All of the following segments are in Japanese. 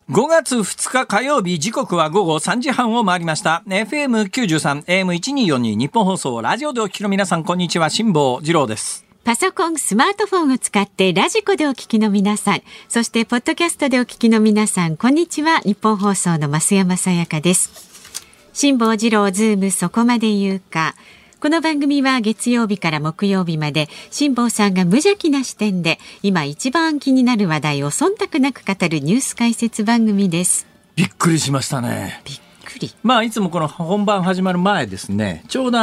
5月2日火曜日、時刻は午後3時半を回りました。FM93、AM1242 日本放送ラジオでお聞きの皆さん、こんにちは。辛坊治郎です。 パソコン、スマートフォンを使ってラジコでお聞きの皆さん、そしてポッドキャストでお聞きの皆さん、こんにちは。日本放送の増山さやかです。辛坊治郎ズームそこまで言うか。この番組は月曜日から木曜日まで辛坊さんが無邪気な視点で今一番気になる話題を忖度なく語るニュース解説番組です。 びっくりしましたね。 びっくり。 いつもこの本番始まる前ですね、ちょうど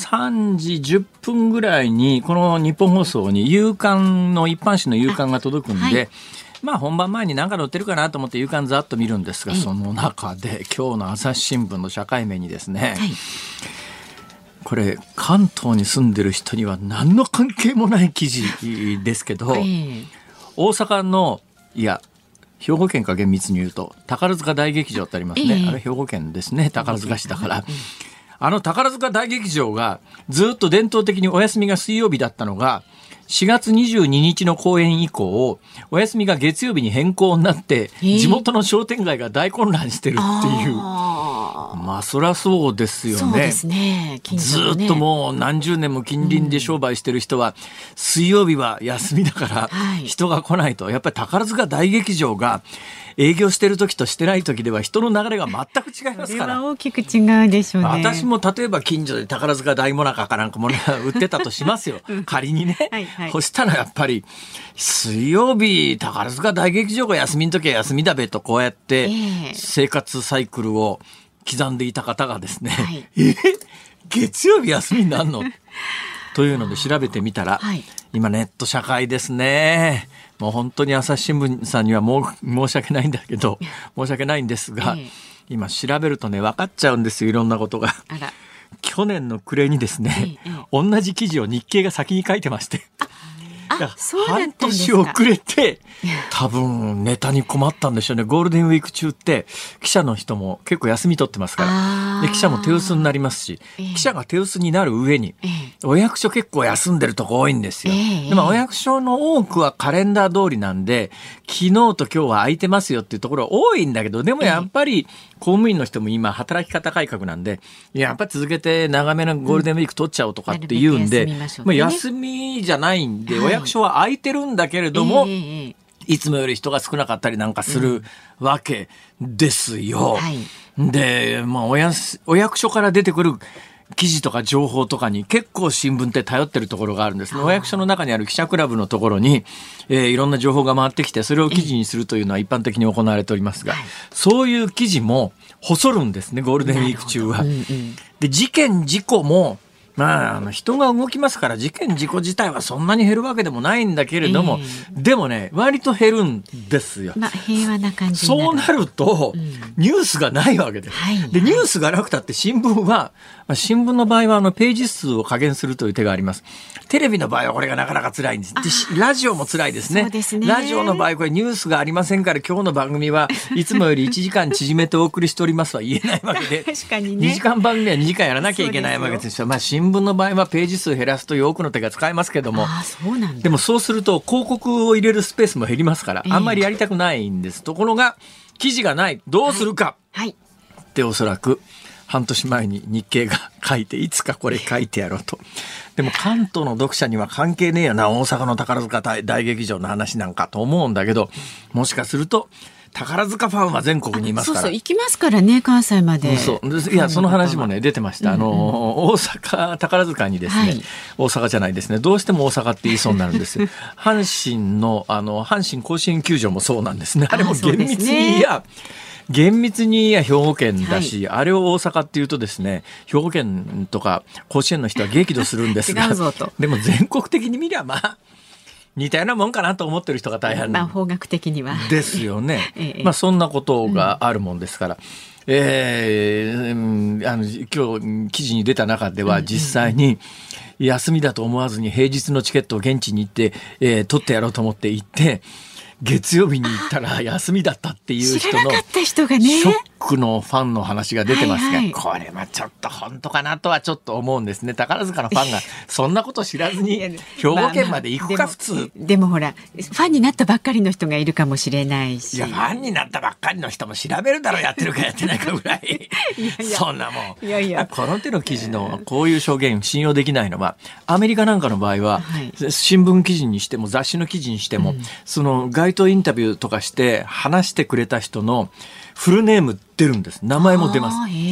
3時10分ぐらいにこの日本放送に夕刊の一般紙の夕刊が届くんで、本番前に何か載ってるかなと思って夕刊ざっと見るんですが、その中で今日の朝日新聞の社会面にですね、これ関東に住んでる人には何の関係もない記事ですけど、大阪の兵庫県か厳密に言うと宝塚大劇場ってありますね、あれ兵庫県ですね、宝塚市だから、宝塚大劇場がずっと伝統的にお休みが水曜日だったのが4月22日の公演以降お休みが月曜日に変更になって地元の商店街が大混乱してるっていう、そりゃそうですよね。 そうですね。 ずっともう何十年も近隣で商売してる人は、水曜日は休みだから人が来ないと、やっぱり宝塚大劇場が営業してる時としてない時では人の流れが全く違いますから。 それは大きく違うでしょうね。 私も例えば近所で宝塚大もなかかなんかも売ってたとしますよ仮にねそしたらやっぱり水曜日宝塚大劇場が休みの時は休みだべとこうやって生活サイクルを刻んでいた方がですね、月曜日休みになるのというので調べてみたら、今ネット社会ですね。もう本当に朝日新聞さんには申し訳ないんだけど申し訳ないんですが、今調べるとね分かっちゃうんですよ、いろんなことが。去年の暮れにですね、同じ記事を日経が先に書いてまして、半年遅れて多分ネタに困ったんでしょうね。ゴールデンウィーク中って記者の人も結構休み取ってますから、で記者も手薄になりますし、記者が手薄になる上に、お役所結構休んでるとこ多いんですよ。でもお役所の多くはカレンダー通りなんで昨日と今日は空いてますよっていうところ多いんだけど、でもやっぱり公務員の人も今働き方改革なんで、やっぱり続けて長めのゴールデンウィーク取っちゃおうとかって言うんで、休みじゃないんで、お役所は空いてるんだけれども、いつもより人が少なかったりなんかするわけですよ。で、お役所から出てくる記事とか情報とかに結構新聞って頼ってるところがあるんですね。お役所の中にある記者クラブのところに、いろんな情報が回ってきてそれを記事にするというのは一般的に行われておりますが、そういう記事も細るんですね、ゴールデンウィーク中は。で、事件事故も人が動きますから事件事故自体はそんなに減るわけでもないんだけれども、でもね割と減るんですよ。 平和な感じになる。 そうなると、ニュースがないわけです。でニュースがなくたって新聞の場合はページ数を加減するという手があります。テレビの場合はこれがなかなか辛いんです。でラジオも辛いですね。ラジオの場合これニュースがありませんから今日の番組はいつもより1時間縮めてお送りしておりますは言えないわけで確かにね、 2時間番組は2時間やらなきゃいけないわけですよ。新聞の場合はページ数減らすという多くの手が使えますけども、でもそうすると広告を入れるスペースも減りますから、あんまりやりたくないんです。ところが記事がない、どうするか、っておそらく半年前に日経が書いて、いつかこれ書いてやろうと。でも関東の読者には関係ねえよな、大阪の宝塚大劇場の話なんかと思うんだけど、もしかすると宝塚ファンは全国にいますから。 行きますからね、関西まで。 その話もね出てました。大阪宝塚にですね、大阪じゃないですね、どうしても大阪って言いそうになるんです阪神の阪神甲子園球場もそうなんですね。あれも厳密に兵庫県だし、あれを大阪っていうとですね、兵庫県とか甲子園の人は激怒するんですがでも全国的に見りゃ似たようなもんかなと思ってる人が大半方角的にはですよね。そんなことがあるもんですから、今日記事に出た中では実際に休みだと思わずに平日のチケットを現地に行って、取ってやろうと思って行って月曜日に行ったら休みだったっていう人の知らなかった人がね、 ショックのファンの話が出てますが、これはちょっと本当かなとはちょっと思うんですね。宝塚のファンがそんなこと知らずに兵庫県まで行くか普通。 でもほらファンになったばっかりの人がいるかもしれないし。 いやファンになったばっかりの人も調べるだろう、やってるかやってないかぐらい。そんなもん。この手の記事のこういう証言信用できないのは、アメリカなんかの場合は、新聞記事にしても雑誌の記事にしても、その街頭インタビューとかして話してくれた人のフルネーム出るんです。名前も出ます。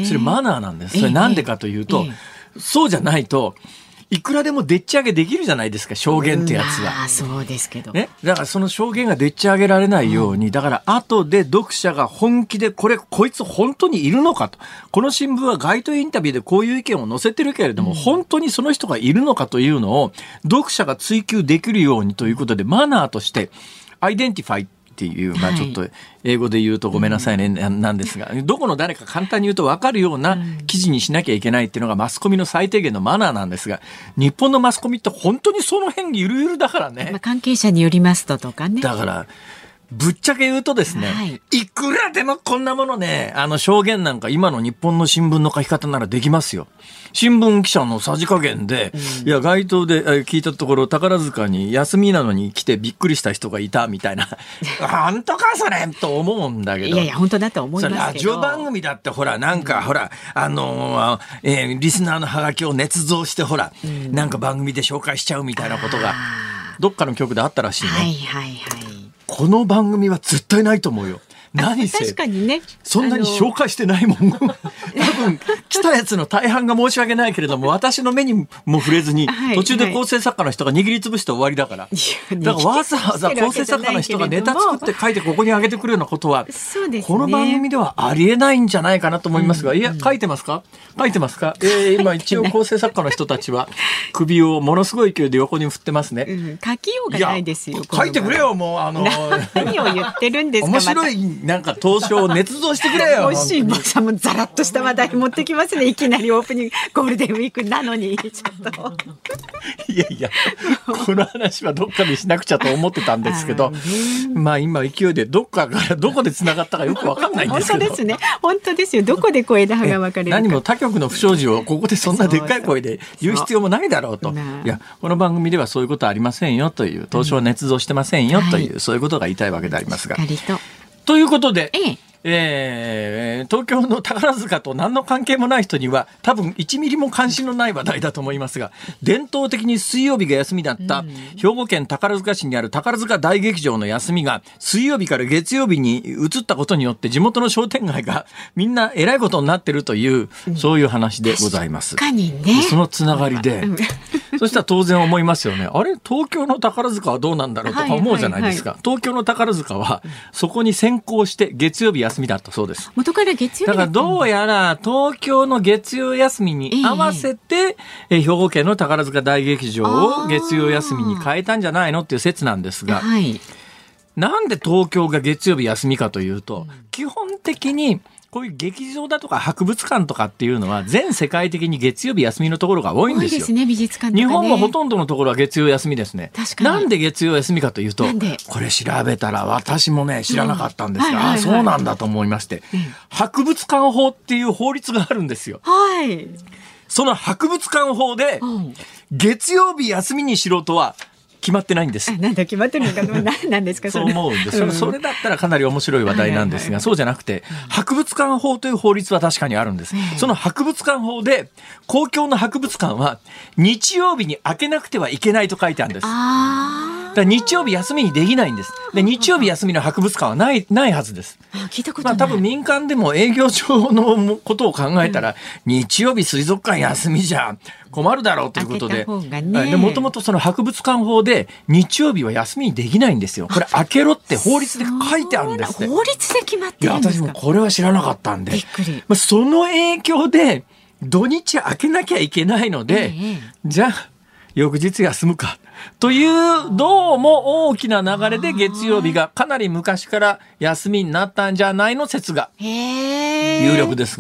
それマナーなんです。それなんでかというと、そうじゃないといくらでもでっち上げできるじゃないですか、証言ってやつは。 そうですけど。 ね。だからその証言がでっち上げられないように、だから後で読者が本気でこいつ本当にいるのかと。この新聞は街頭インタビューでこういう意見を載せてるけれども、本当にその人がいるのかというのを読者が追求できるようにということで、マナーとしてアイデンティファイっていう、ちょっと英語で言うとごめんなさいね、なんですが、どこの誰か簡単に言うと分かるような記事にしなきゃいけないっていうのがマスコミの最低限のマナーなんですが、日本のマスコミって本当にその辺ゆるゆるだからね。 関係者によりますとかね。 だからぶっちゃけ言うとですね、いくらでもこんなものね、証言なんか今の日本の新聞の書き方ならできますよ。新聞記者のさじ加減で、いや街頭で聞いたところ、宝塚に休みなのに来てびっくりした人がいたみたいな本当かそれと思うんだけど。 いや本当だと思いますけど。 ラジオ番組だってほらなんか、ほらリスナーのハガキを捏造してほら、なんか番組で紹介しちゃうみたいなことがどっかの局であったらしいね。この番組は絶対ないと思うよ。何せ確かにね、 そんなに紹介してないもん。多分来たやつの大半が申し訳ないけれども、私の目にも触れずに、途中で構成作家の人が握りつぶして終わりだから。だからわざわざ構成作家の人がネタ作って書いてここに上げてくるようなことは、この番組ではありえないんじゃないかなと思いますが、いや書いてますか今一応構成作家の人たちは首をものすごい勢いで横に振ってますね。 書きようがないですよ。 書いてくれよもう何を言ってるんですか。 面白いなんか投書を捏造してくれよ。 もし辛坊さんもザラッとした話題持ってきますね。いきなりオープニングゴールデンウィークなのにちょっといやこの話はどっかでしなくちゃと思ってたんですけど、今勢いでどっかからどこで繋がったかよく分かんないんですけど。 本当ですね。本当ですよ。どこで枝葉が分かれるか。 何も他局の不祥事をここでそんなでっかい声で言う必要もないだろうと。いやこの番組ではそういうことはありませんよという、投書は捏造してませんよという、そういうことが言いたいわけでありますが。ということで、東京の宝塚と何の関係もない人には多分1ミリも関心のない話題だと思いますが、伝統的に水曜日が休みだった兵庫県宝塚市にある宝塚大劇場の休みが水曜日から月曜日に移ったことによって、地元の商店街がみんなえらいことになってるという、そういう話でございます。 確かにね。 そのつながりで、そしたら当然思いますよね。あれ東京の宝塚はどうなんだろうとか思うじゃないですか。東京の宝塚はそこに先行して月曜日休みだったそうです。 元から月曜日だからどうやら東京の月曜休みに合わせて、兵庫県の宝塚大劇場を月曜休みに変えたんじゃないのっていう説なんですが、なんで東京が月曜日休みかというと、基本的にこういう劇場だとか博物館とかっていうのは全世界的に月曜日休みのところが多いんですよ。 多いですね、美術館とかね。 日本もほとんどのところは月曜休みですね。 確かに。 なんで月曜休みかというと、これ調べたら私もね知らなかったんですが、そうなんだと思いまして、博物館法っていう法律があるんですよ。その博物館法で月曜日休みにしろとは決まってないんです。 なんだ決まってるのかなんですか。 そう思うんです。それだったらかなり面白い話題なんですが、そうじゃなくて博物館法という法律は確かにあるんです。その博物館法で公共の博物館は日曜日に開けなくてはいけないと書いてあるんです。だから日曜日休みにできないんです。で日曜日休みの博物館はないはずです。 聞いたことない。 多分民間でも営業上のことを考えたら、日曜日水族館休みじゃ困るだろうということで、もともとその博物館法で日曜日は休みにできないんですよ。これ開けろって法律で書いてあるんですって。 法律で決まってるんですか。 いや私もこれは知らなかったんで、 びっくり。 その影響で土日開けなきゃいけないので、じゃあ翌日休むかというどうも大きな流れで月曜日がかなり昔から休みになったんじゃないの説が有力ですが、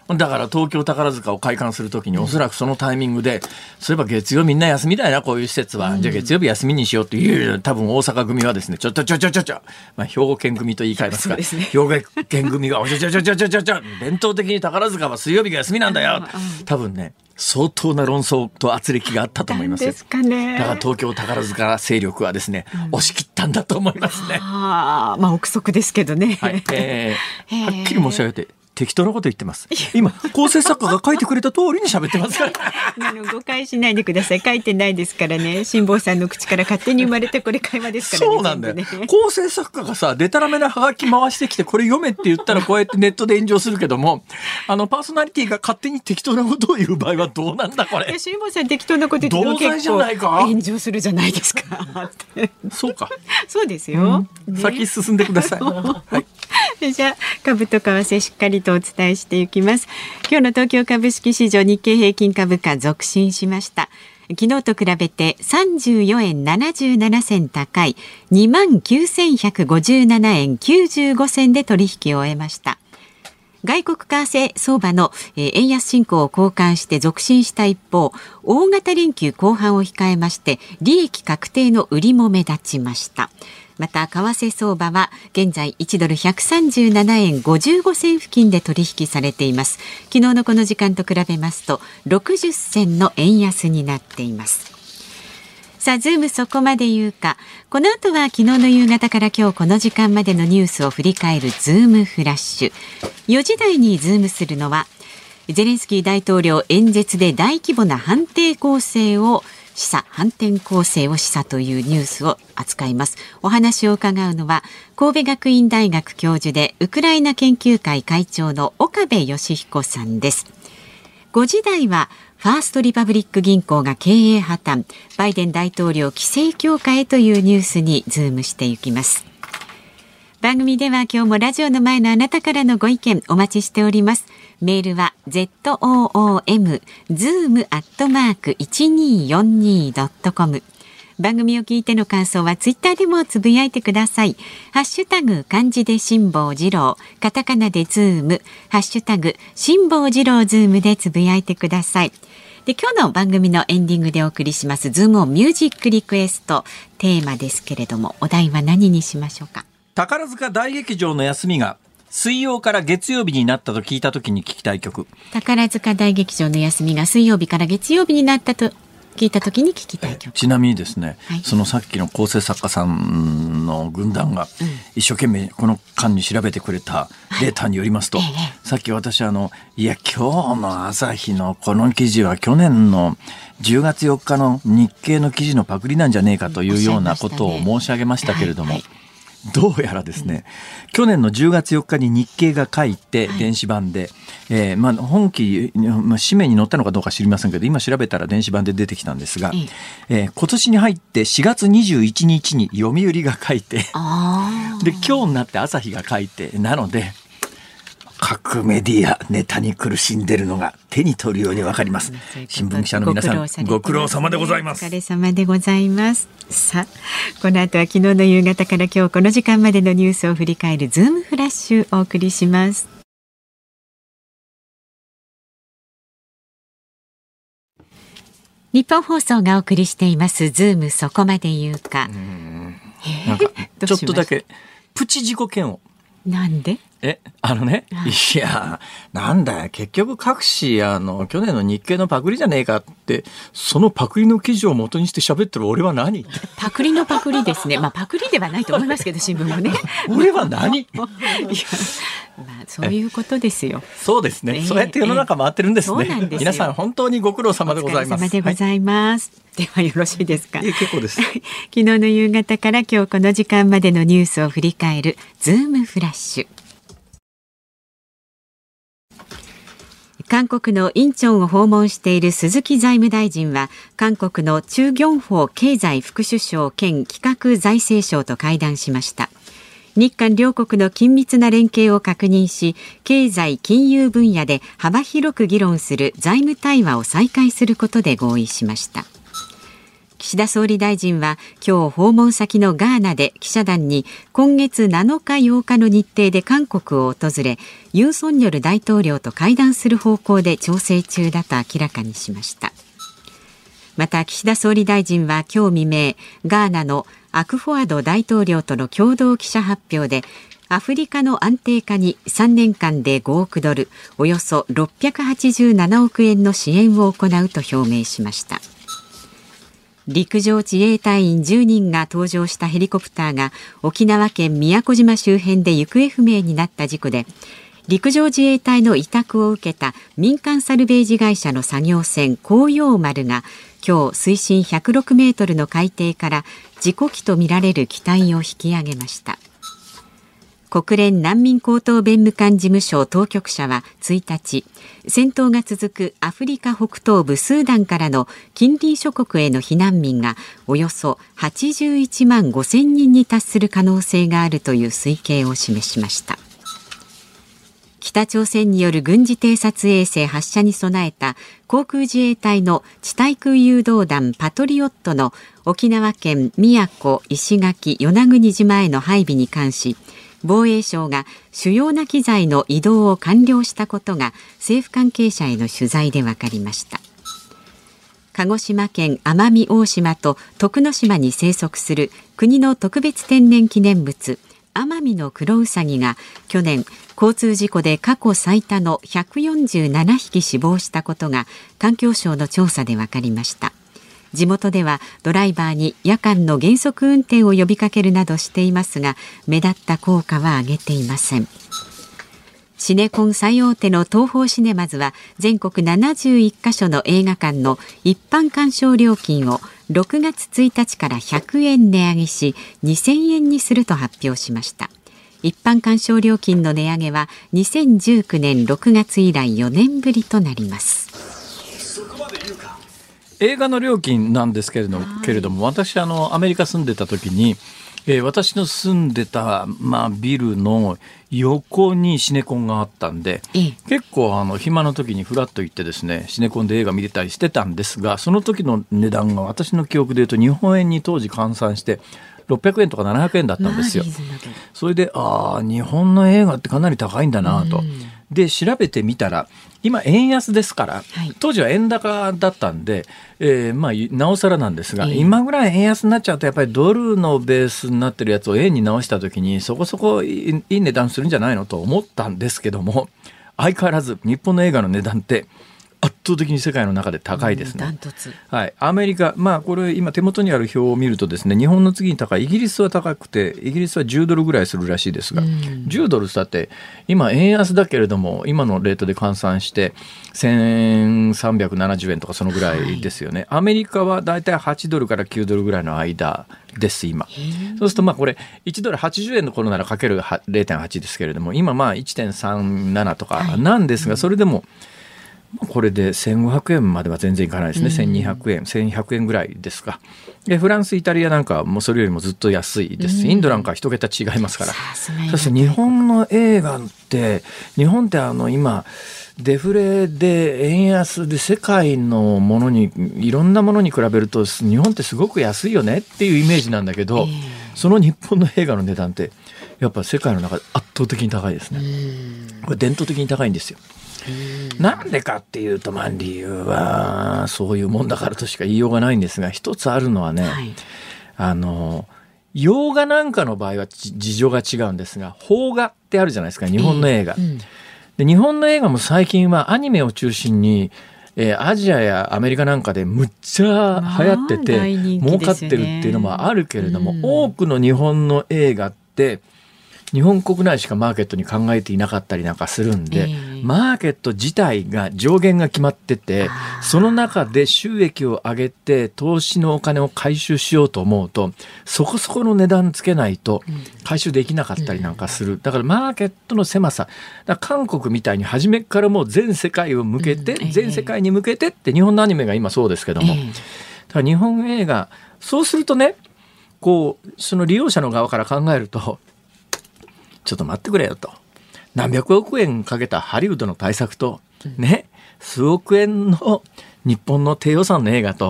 だから東京宝塚を開館するときにおそらくそのタイミングで、そういえば月曜みんな休みだよなこういう施設は、じゃあ月曜日休みにしようっていう、多分大阪組はですね、ちょ、まあ、兵庫県組と言い換えますが、兵庫県組が伝統的に宝塚は水曜日が休みなんだよ、多分ね相当な論争と圧力があったと思いますよ。 ですかね。 だから東京宝塚勢力はですね、押し切ったんだと思いますね。 まあ憶測ですけどね。 はい、はっきり申し上げて適当なこと言ってます。今構成作家が書いてくれた通りに喋ってますから誤解しないでください。書いてないですからね。辛坊さんの口から勝手に生まれてこれ会話ですからね。 そうなんだよ、ね、構成作家がさデタラメなハガキ回してきてこれ読めって言ったらこうやってネットで炎上するけども、パーソナリティが勝手に適当なことを言う場合はどうなんだこれ。 辛坊さん適当なこと言っても結構炎上するじゃないですかそうか。 そうですよ、 先進んでくださいはい、 じゃあ株と為替しっかりとお伝えしていきます。今日の東京株式市場、日経平均株価続伸しました。昨日と比べて34円77銭高い 29,157 円95銭で取引を終えました。外国為替相場の円安進行を好感して続伸した一方、大型連休後半を控えまして利益確定の売りも目立ちました。また為替相場は現在1ドル137円55銭付近で取引されています。昨日のこの時間と比べますと60銭の円安になっています。さあズームそこまで言うか。この後は昨日の夕方から今日この時間までのニュースを振り返るズームフラッシュ。4時台にズームするのはゼレンスキー大統領演説で大規模な反転攻勢を示唆というニュースを扱います。お話を伺うのは神戸学院大学教授でウクライナ研究会会長の岡部義彦さんです。5時台はファーストリパブリック銀行が経営破綻、バイデン大統領規制強化へというニュースにズームしていきます。番組では今日もラジオの前のあなたからのご意見お待ちしております。メールは zoom@1242.com。番組を聞いての感想はツイッターでもつぶやいてください。ハッシュタグ漢字で辛坊治郎、カタカナでズーム、ハッシュタグ辛坊治郎ズームでつぶやいてください。で、今日の番組のエンディングでお送りしますズームオンミュージックリクエスト、テーマですけれどもお題は何にしましょうか。 宝塚大劇場の休みが水曜から月曜日になったと聞いたときに聞きたい曲。 宝塚大劇場の休みが水曜日から月曜日になったと聞いたときに聞きたい曲。 ちなみにですね、 はい、 そのさっきの構成作家さんの軍団が一生懸命この間に調べてくれたデータによりますと、はい、さっき私いや今日の朝日のこの記事は去年の10月4日の日経の記事のパクリなんじゃねえかというようなことを申し上げましたけれども、どうやらですね、去年の10月4日に日経が書いて電子版で、本記、紙面に載ったのかどうか知りませんけど今調べたら電子版で出てきたんですが、今年に入って4月21日に読売が書いてで今日になって朝日が書いて、なので各メディアネタに苦しんでるのが手に取るようにわかります。新聞記者の皆さんご苦労様でございます。 お疲れ様でございます。さあこの後は昨日の夕方から今日この時間までのニュースを振り返るズームフラッシュお送りします。日本放送がお送りしていますズームそこまで言うか。 なんかちょっとだけプチ自己嫌悪。 なんで？ いやなんだよ結局各紙去年の日経のパクリじゃねえかって、そのパクリの記事を元にして喋ってる俺は何？ パクリのパクリですね。パクリではないと思いますけど新聞もね俺は何？ そういうことですよ。 そうですね、そうやって世の中回ってるんですね。皆さん本当にご苦労様でございます。 お疲れ様でございます、ではよろしいですか？ 結構です昨日の夕方から今日この時間までのニュースを振り返るズームフラッシュ。韓国のインチョンを訪問している鈴木財務大臣は韓国のチュ・ギョンホ経済副首相兼企画財政相と会談しました。日韓両国の緊密な連携を確認し、経済金融分野で幅広く議論する財務対話を再開することで合意しました。 岸田総理大臣は今日訪問先のガーナで記者団に今月7日8日の日程で韓国を訪れ、ユン・ソンニョル大統領と会談する方向で調整中だと明らかにしました。また岸田総理大臣は今日未明、ガーナのアクフォアド大統領との共同記者発表で、アフリカの安定化に3年間で5億ドル、およそ687億円の支援を行うと表明しました。陸上自衛隊員10人が搭乗したヘリコプターが沖縄県宮古島周辺で行方不明になった事故で、陸上自衛隊の委託を受けた民間サルベージ会社の作業船航洋丸が今日水深106メートルの海底から事故機とみられる機体を引き上げました。国連難民高等弁務官事務所当局者は1日、戦闘が続くアフリカ北東部スーダンからの近隣諸国への避難民がおよそ81万5000人に達する可能性があるという推計を示しました。北朝鮮による軍事偵察衛星発射に備えた航空自衛隊の地対空誘導弾パトリオットの沖縄県宮古、石垣、与那国島への配備に関し、防衛省が主要な機材の移動を完了したことが政府関係者への取材で分かりました。鹿児島県奄美大島と徳之島に生息する国の特別天然記念物アマミノクロウサギが去年交通事故で過去最多の147匹死亡したことが環境省の調査で分かりました。地元ではドライバーに夜間の減速運転を呼びかけるなどしていますが、目立った効果は上げていません。シネコン最大手の東宝シネマズは全国71カ所の映画館の一般鑑賞料金を6月1日から100円値上げし2000円にすると発表しました。一般鑑賞料金の値上げは2019年6月以来4年ぶりとなります。 映画の料金なんですけれども、私アメリカ住んでた時に、私の住んでた、ビルの横にシネコンがあったんで、結構暇の時にフラッと行ってですね、シネコンで映画見れたりしてたんですが、その時の値段が私の記憶で言うと日本円に当時換算して600円とか700円だったんですよ。それで日本の映画ってかなり高いんだなと。で調べてみたら今円安ですから、当時は円高だったんで、なおさらなんですが、今ぐらい円安になっちゃうとやっぱりドルのベースになってるやつを円に直した時にそこそこいい値段するんじゃないのと思ったんですけども、相変わらず日本の映画の値段って圧倒的に世界の中で高いですね。はい、アメリカ、これ今手元にある表を見るとですね、日本の次に高いイギリスは高くて、イギリスは10ドルぐらいするらしいですが、10ドルだって今円安だけれども今のレートで換算して1370円とかそのぐらいですよね。アメリカはだいたい8ドルから9ドルぐらいの間です今。そうするとこれ1ドル80円の頃ならかける 0.8 ですけれども、今1.37 とかなんですが、それでもこれで1500円までは全然いかないですね。1200円1100円ぐらいですか。でフランスイタリアなんかはもうそれよりもずっと安いです。インドなんかは一桁違いますから。そして日本の映画って今デフレで円安で世界のものにいろんなものに比べると日本ってすごく安いよねっていうイメージなんだけど、その日本の映画の値段ってやっぱ世界の中で圧倒的に高いですね。これ伝統的に高いんですよ。なんでかっていうと、理由はそういうもんだからとしか言いようがないんですが、一つあるのはね、洋画なんかの場合は事情が違うんですが、邦画ってあるじゃないですか、日本の映画。で日本の映画も最近はアニメを中心にアジアやアメリカなんかでむっちゃ流行ってて儲かってるっていうのもあるけれども、多くの日本の映画って日本国内しかマーケットに考えていなかったりなんかするんで、マーケット自体が上限が決まってて、その中で収益を上げて投資のお金を回収しようと思うとそこそこの値段つけないと回収できなかったりなんかする。だからマーケットの狭さだから韓国みたいに初めからもう全世界に向けてって日本のアニメが今そうですけども、だから日本映画そうするとね、その利用者の側から考えるとちょっと待ってくれよと、何百億円かけたハリウッドの大作とね、数億円の日本の低予算の映画と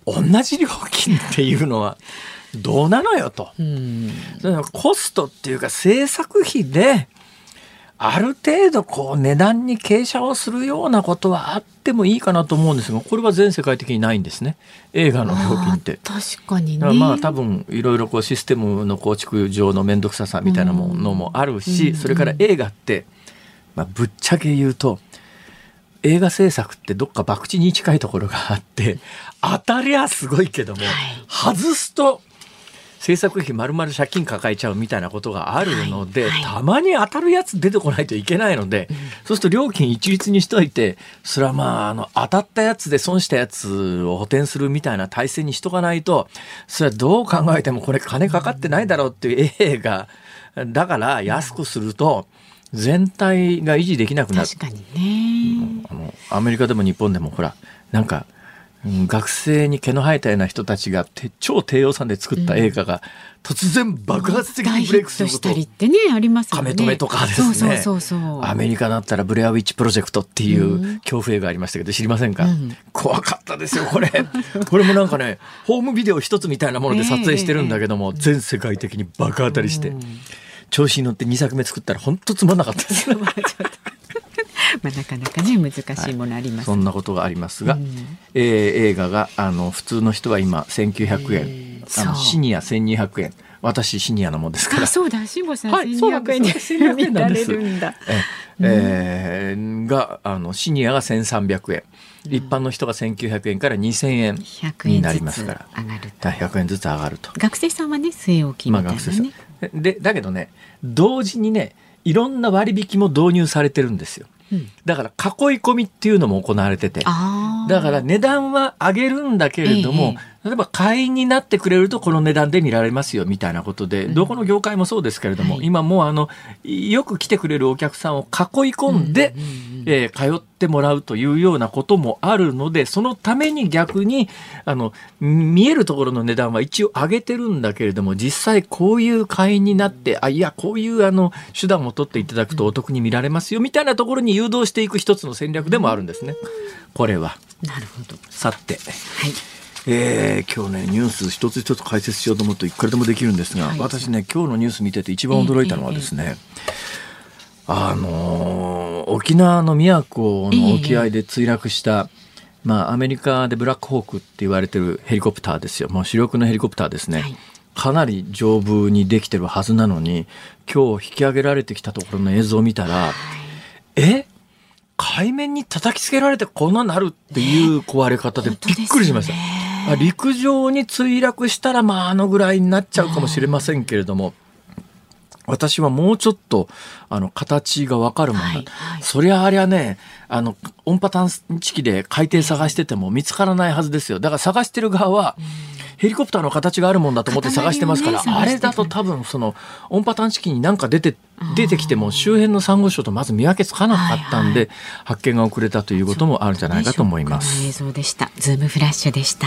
同じ料金っていうのはどうなのよと。だからコストっていうか制作費である程度こう値段に傾斜をするようなことはあってもいいかなと思うんですが、これは全世界的にないんですね、映画の料金って。 確かにね。 だからまあ多分いろいろこうシステムの構築上の面倒くささみたいなものもあるし、それから映画って、ぶっちゃけ言うと映画制作ってどっか博打に近いところがあって、当たりゃすごいけども、外すと制作費丸々借金抱えちゃうみたいなことがあるので、たまに当たるやつ出てこないといけないので、そうすると料金一律にしといて、それは当たったやつで損したやつを補填するみたいな体制にしとかないと、それはどう考えてもこれ金かかってないだろうっていう映画だから安くすると全体が維持できなくなる。 確かにね。 アメリカでも日本でもほらなんか学生に毛の生えたような人たちが超低予算で作った映画が突然爆発的にブレイクすること、 大ヒットしたりってねありますよね。 亀止めとかですね。 そうアメリカだったらブレアウィッチプロジェクトっていう恐怖映画ありましたけど知りませんか？怖かったですよこれ。これもなんかねホームビデオ一つみたいなもので撮影してるんだけども、全世界的に爆当たりして、調子に乗って2作目作ったら本当つまんなかったです。 なかなかね難しいものあります、 そんなことがありますが、映画が普通の人は今1900円、シニア1200円。私シニアのもんですから。 そうだ、辛坊さん1200円で見られるんだ。 がシニアが1300円、一般の人が1900円から2000円になりますから、100円ずつ上がると。 学生さんはね据え置きみたいなね。 でだけどね同時にねいろんな割引も導入されてるんですよ。だから囲い込みっていうのも行われてて、だから値段は上げるんだけれども、例えば会員になってくれるとこの値段で見られますよみたいなことで、どこの業界もそうですけれども、今もうよく来てくれるお客さんを囲い込んで、通ってもらうというようなこともあるので、そのために逆に見えるところの値段は一応上げてるんだけれども、実際こういう会員になっていやこういう手段を取っていただくとお得に見られますよみたいなところに誘導していく一つの戦略でもあるんですね、これは。 なるほど。 さて、今日ねニュース一つ一つ解説しようと思うといくらでもできるんですが、私ね今日のニュース見てて一番驚いたのはですね、沖縄の宮古の沖合で墜落した、アメリカでブラックホークって言われてるヘリコプターですよ。もう主力のヘリコプターですね、かなり丈夫にできてるはずなのに、今日引き上げられてきたところの映像を見たら、海面に叩きつけられてこんななるっていう壊れ方でびっくりしました。陸上に墜落したらぐらいになっちゃうかもしれませんけれども、私はもうちょっと形がわかるもんだ、そりゃありゃね音波探知機で海底探してても見つからないはずですよ。だから探してる側はヘリコプターの形があるもんだと思って探してますから、あれだと多分その音波探知機に何か出てきても周辺のサンゴ礁とまず見分けつかなかったんで、発見が遅れたということもあるんじゃないかと思います。 映像でした。ズームフラッシュでした。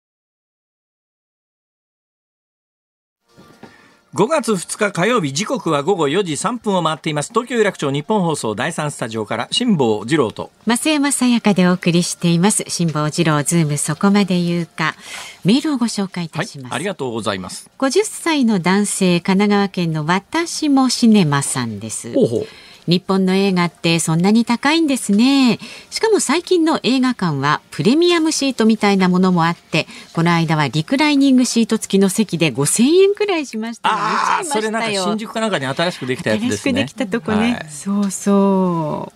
5月2日火曜日、時刻は午後4時3分を回っています。東京有楽町日本放送第3スタジオから辛坊治郎と増山さやかでお送りしています。辛坊治郎ズームそこまで言うか。メールをご紹介いたします。 ありがとうございます。 50歳の男性、神奈川県の私もシネマさんです。日本の映画ってそんなに高いんですね。しかも最近の映画館はプレミアムシートみたいなものもあって、この間はリクライニングシート付きの席で5000円くらいしました。 それなんか新宿かなんかに新しくできたやつですね。 新しくできたとこね、そうそう。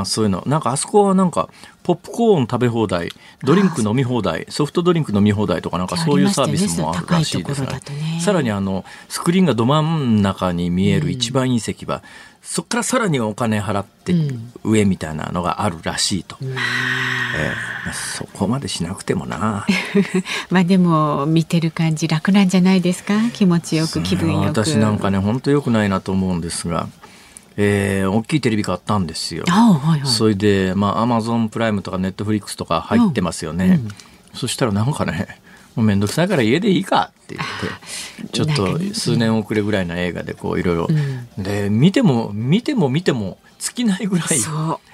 そういうのなんかあそこはなんかポップコーン食べ放題、ドリンク飲み放題、ソフトドリンク飲み放題とかなんかそういうサービスもあるらしいですが、さらにスクリーンがど真ん中に見える一番いい席は、そこからさらにお金払って上みたいなのがあるらしいと、そこまでしなくてもなでも見てる感じ楽なんじゃないですか。気持ちよく気分よく。 私なんかね本当良くないなと思うんですが、大きいテレビ買ったんですよ。それでAmazon プライムとか Netflix とか入ってますよね、そしたらなんかねもうめんどくさいから家でいいかって言って、ちょっと数年遅れぐらいの映画でこういろいろで見ても尽きないぐらい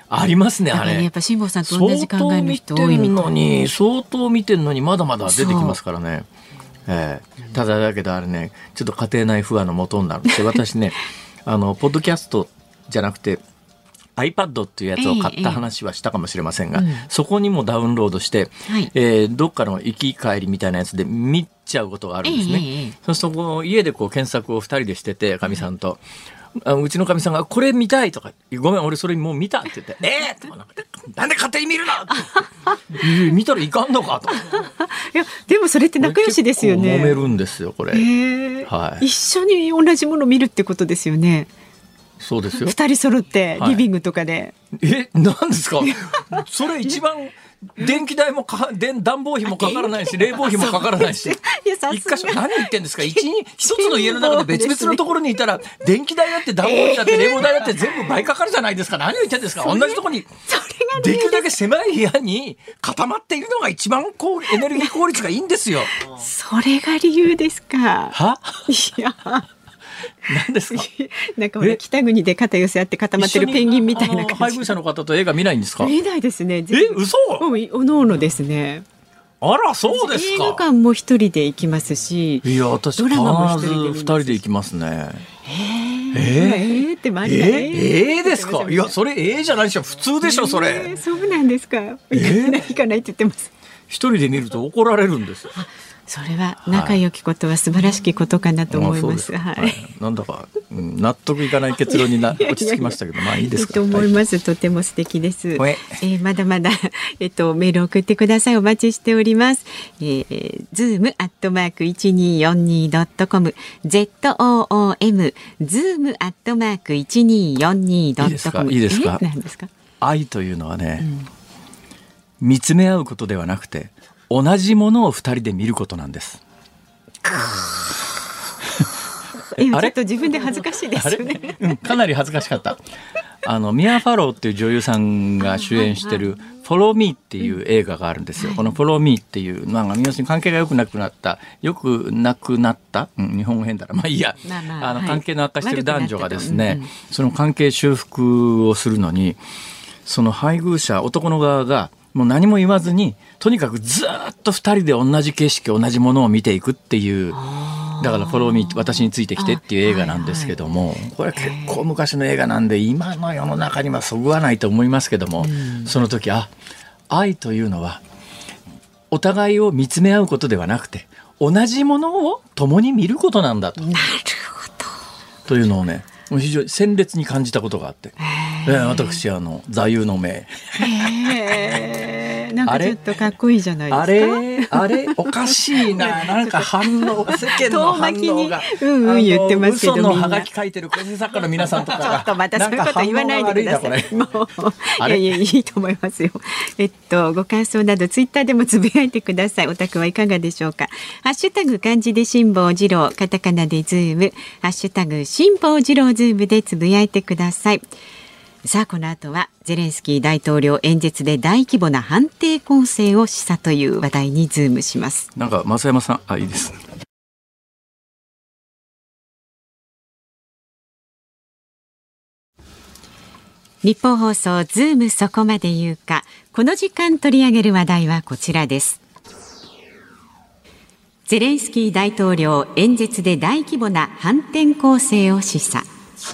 ありますね、あれ。 やっぱ辛坊さんと同じ考えの人多いみたい。 相当見てんのにまだまだ出てきますからね。ただだけどあれね、ちょっと家庭内不安の元になるんですよ。私ね、ポッドキャストじゃなくて、iPad っていうやつを買った話はしたかもしれませんが、そこにもダウンロードして、どっかの行き帰りみたいなやつで見ちゃうことがあるんですね。そうすると家で検索を2人でしてて、かみさんと。うちのかみさんがこれ見たいとか、ごめん俺それもう見たって言って、とかなんで勝手に見るのって見たらいかんのかと。 いやでもそれって仲良しですよね。 揉めるんですよこれ、 一緒に同じもの見るってことですよね。 そうですよ。 2人揃ってリビングとかで、 何ですかそれ一番電気代も暖房費もかからないし冷房費もかからないし一箇所何言ってんですか。一つの家の中で別々のところにいたら電気代だって暖房費だって冷房代だって全部倍かかるじゃないですか。何を言ってんですか。同じところにできるだけ狭い部屋に固まっているのが一番エネルギー効率がいいんですよ。 それが理由ですか。いや何ですか。 なんか北国で肩寄せ合って固まってるペンギンみたいな感じ。 配偶者の方と映画見ないんですか。 見ないですね。 嘘。 おのおのですね。 あらそうですか。 映画館も一人で行きますし、 いや私必ず2人で行きますね。って毎回ですか。いやそれじゃないでしょ。普通でしょそれ。 そうなんですか。行かないって言ってます。 一人で見ると怒られるんですよ。 それは仲良きことは素晴らしきことかなと思います。 なんだか、納得いかない結論に落ち着きましたけど、まあいいですか。 と思います。とても素敵です。まだまだメール送ってください。お待ちしております。zoom@1242.com zoom zoom@1242.com いいですか。 何ですか。 愛というのはね、見つめ合うことではなくて同じものを二人で見ることなんです。 今ちょっと自分で恥ずかしいですよね。 かなり恥ずかしかった。ミア・ファローっていう女優さんが主演してるフォローミーっていう映画があるんですよ。このフォローミーっていう要するに関係が良くなくなった日本語変だな、まあいいや、関係の悪化している男女がですね、その関係修復をするのにその配偶者男の側がもう何も言わずにとにかくずっと二人で同じ景色同じものを見ていくっていう、だからフォローミー私についてきてっていう映画なんですけども、これ結構昔の映画なんで今の世の中にはそぐわないと思いますけども、その時愛というのはお互いを見つめ合うことではなくて同じものを共に見ることなんだと。 なるほど。 というのをね非常に鮮烈に感じたことがあって、私座右の銘。 なんかちょっとかっこいいじゃないですか。あれおかしいな。なんか反応世間の反応が言ってますけど、 嘘のハガキ書いてる構成作家の皆さんとかがちょっとまたそういうこと言わないでください。いやいいと思いますよ。ご感想などツイッターでもつぶやいてください。お宅はいかがでしょうか。ハッシュタグ漢字で辛坊治郎、カタカナでズーム、ハッシュタグ辛坊治郎ズームでつぶやいてください。さあこの後はゼレンスキー大統領演説で大規模な反転攻勢を示唆という話題にズームします。 なんか増山さんいいです。 日本放送ズームそこまで言うか。この時間取り上げる話題はこちらです。ゼレンスキー大統領演説で大規模な反転攻勢を示唆。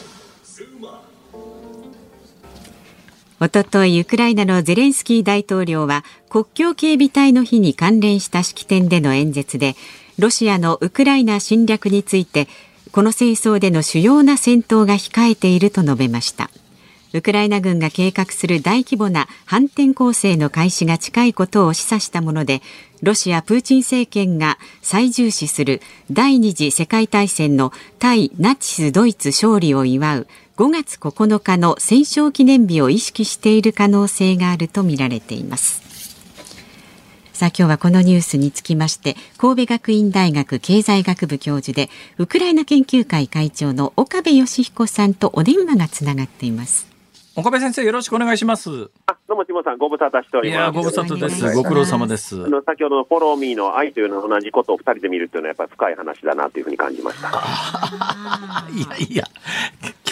おとといウクライナのゼレンスキー大統領は国境警備隊の日に関連した式典での演説でロシアのウクライナ侵略についてこの戦争での主要な戦闘が控えていると述べました。ウクライナ軍が計画する大規模な反転攻勢の開始が近いことを示唆したもので、ロシアプーチン政権が最重視する第二次世界大戦の対ナチスドイツ勝利を祝う5月9日の戦勝記念日を意識している可能性があるとみられています。さあ今日はこのニュースにつきまして神戸学院大学経済学部教授でウクライナ研究会会長の岡部義彦さんとお電話がつながっています。 岡部先生よろしくお願いします。 どうも千葉さんご無沙汰しております。 いやご無沙汰です。ご苦労様です。 先ほどのフォローミーの愛というのは同じことを2人で見るというのはやっぱり深い話だなというふうに感じました。 いや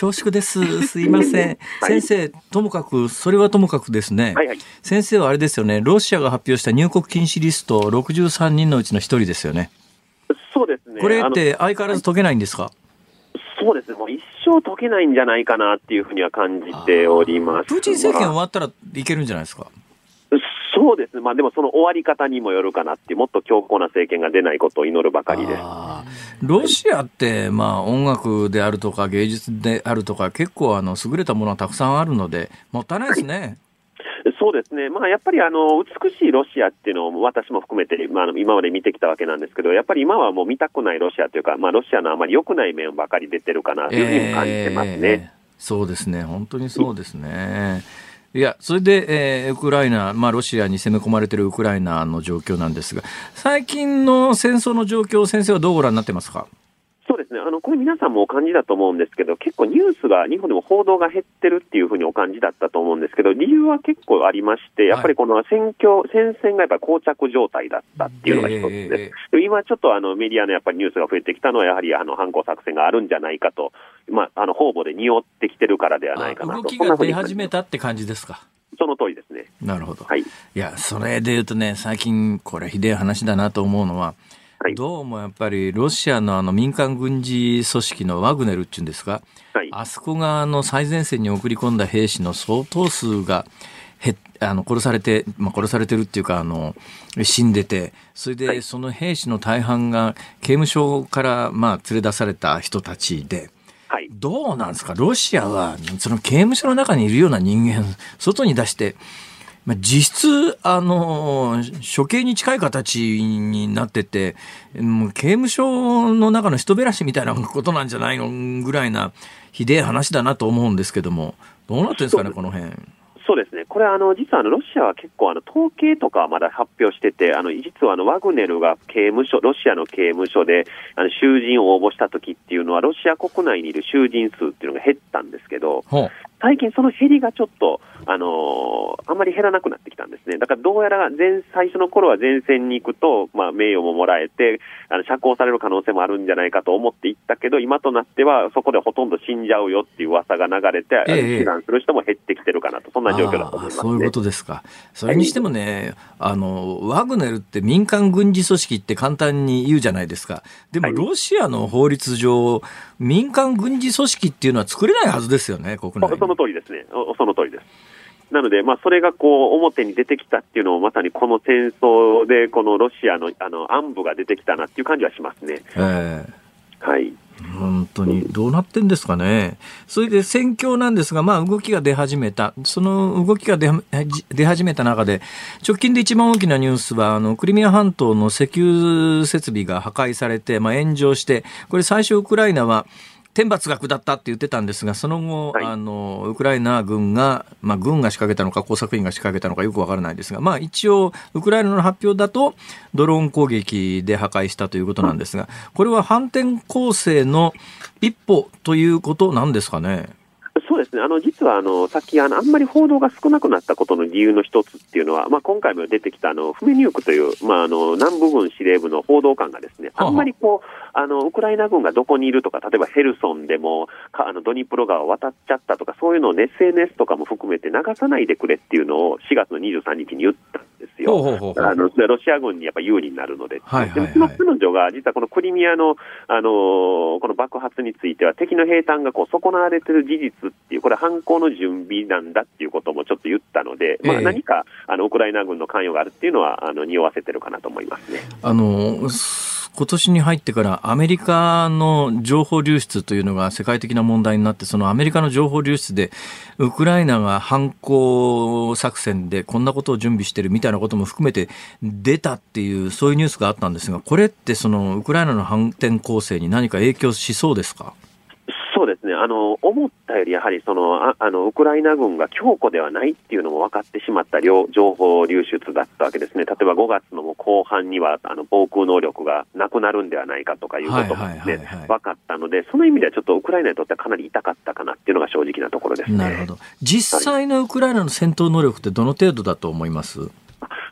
恐縮です。すいません。先生、ともかく、それはともかくですね。はいはい、先生はあれですよね、ロシアが発表した入国禁止リスト63人のうちの1人ですよね。 そうですね。 これって相変わらず解けないんですか？ そうですね。もう一生解けないんじゃないかなっていうふうには感じております。 プーチン政権終わったらいけるんじゃないですか？ そうですね。でもその終わり方にもよるかなっていう、もっと強硬な政権が出ないことを祈るばかりです。 ロシアって、音楽であるとか芸術であるとか結構優れたものはたくさんあるのでもったいないですね。 そうですね。やっぱり美しいロシアっていうのを私も含めて、今まで見てきたわけなんですけど、やっぱり今はもう見たくないロシアというか、ロシアのあまり良くない面ばかり出てるかなというふうにも感じてますね。 そうですね。本当にそうですね。いや、それで、ウクライナ、ロシアに攻め込まれているウクライナの状況なんですが、最近の戦争の状況、先生はどうご覧になってますか？ そうですね。これ皆さんもお感じだと思うんですけど、結構ニュースが日本でも報道が減ってるっていうふうにお感じだったと思うんですけど、理由は結構ありまして、やっぱりこの戦線がやっぱり膠着状態だったっていうのが一つです。今ちょっとメディアのやっぱりニュースが増えてきたのは、やはり反攻作戦があるんじゃないかと、方々で匂ってきてるからではないかなと。 動きが出始めたって感じですか？ その通りですね。 なるほど。 はい。 いや、それで言うとね、最近これひでえ話だなと思うのは、どうもやっぱりロシアの民間軍事組織のワグネルっていうんですか、あそこが最前線に送り込んだ兵士の相当数が殺されてるっていうか死んでて、それでその兵士の大半が刑務所から連れ出された人たちで、どうなんですか、ロシアはその刑務所の中にいるような人間外に出して実質処刑に近い形になってて、刑務所の中の人べらしみたいなことなんじゃないのぐらいなひでえ話だなと思うんですけども、どうなってるんですかね、この辺。 そうですね。これ実はロシアは結構統計とかはまだ発表してて、実はワグネルがロシアの刑務所で囚人を応募した時っていうのは、ロシア国内にいる囚人数っていうのが減ったんですけど、最近その減りがちょっとあんまり減らなくなってきたんですね。だからどうやら最初の頃は前線に行くと、名誉ももらえて釈放される可能性もあるんじゃないかと思っていったけど、今となってはそこでほとんど死んじゃうよっていう噂が流れて、避難する人も減ってきてるかなと、そんな状況だと思いますね。 そういうことですか。それにしてもね、ワグネルって民間軍事組織って簡単に言うじゃないですか。でもロシアの法律上、民間軍事組織っていうのは作れないはずですよね、国内に。 その通りですね。その通りです。なので、それが表に出てきたっていうのも、まさにこの戦争でこのロシアの暗部が出てきたなっていう感じはしますね。はい。 本当にどうなってんですかね。それで戦況なんですが、動きが出始めた。その動きが出始めた中で、直近で一番大きなニュースはクリミア半島の石油設備が破壊されて、炎上して、これ最初ウクライナは天罰が下ったって言ってたんですが、その後、ウクライナ軍が、軍が仕掛けたのか工作員が仕掛けたのかよくわからないですが、一応ウクライナの発表だとドローン攻撃で破壊したということなんですが、これは反転攻勢の一歩ということなんですかね。 そうですね。実はさっきあんまり報道が少なくなったことの理由の一つっていうのは、今回も出てきたフメニウクという、南部軍司令部の報道官がですね、あんまりウクライナ軍がどこにいるとか、例えばヘルソンでもドニプロ川を渡っちゃったとか、そういうのを、SNS とかも含めて流さないでくれっていうのを4月の23日に言ったんですよ。ロシア軍にやっぱ有利になるので。でも彼女が実はこのクリミアのこの爆発については、敵の兵站が損なわれている事実っていう、これは犯行の準備なんだっていうこともちょっと言ったので、何かウクライナ軍の関与があるっていうのは匂わせてるかなと思いますね。 今年に入ってからアメリカの情報流出というのが世界的な問題になって、そのアメリカの情報流出でウクライナが反攻作戦でこんなことを準備しているみたいなことも含めて出たっていう、そういうニュースがあったんですが、これってそのウクライナの反転攻勢に何か影響しそうですか？ そうですね。思ったよりやはりウクライナ軍が強固ではないっていうのも分かってしまった情報流出だったわけですね。例えば5月の後半には防空能力がなくなるんではないかとかいうこともね、分かったので、その意味ではちょっとウクライナにとってはかなり痛かったかなっていうのが正直なところですね。 なるほど。実際のウクライナの戦闘能力ってどの程度だと思います？ これですね、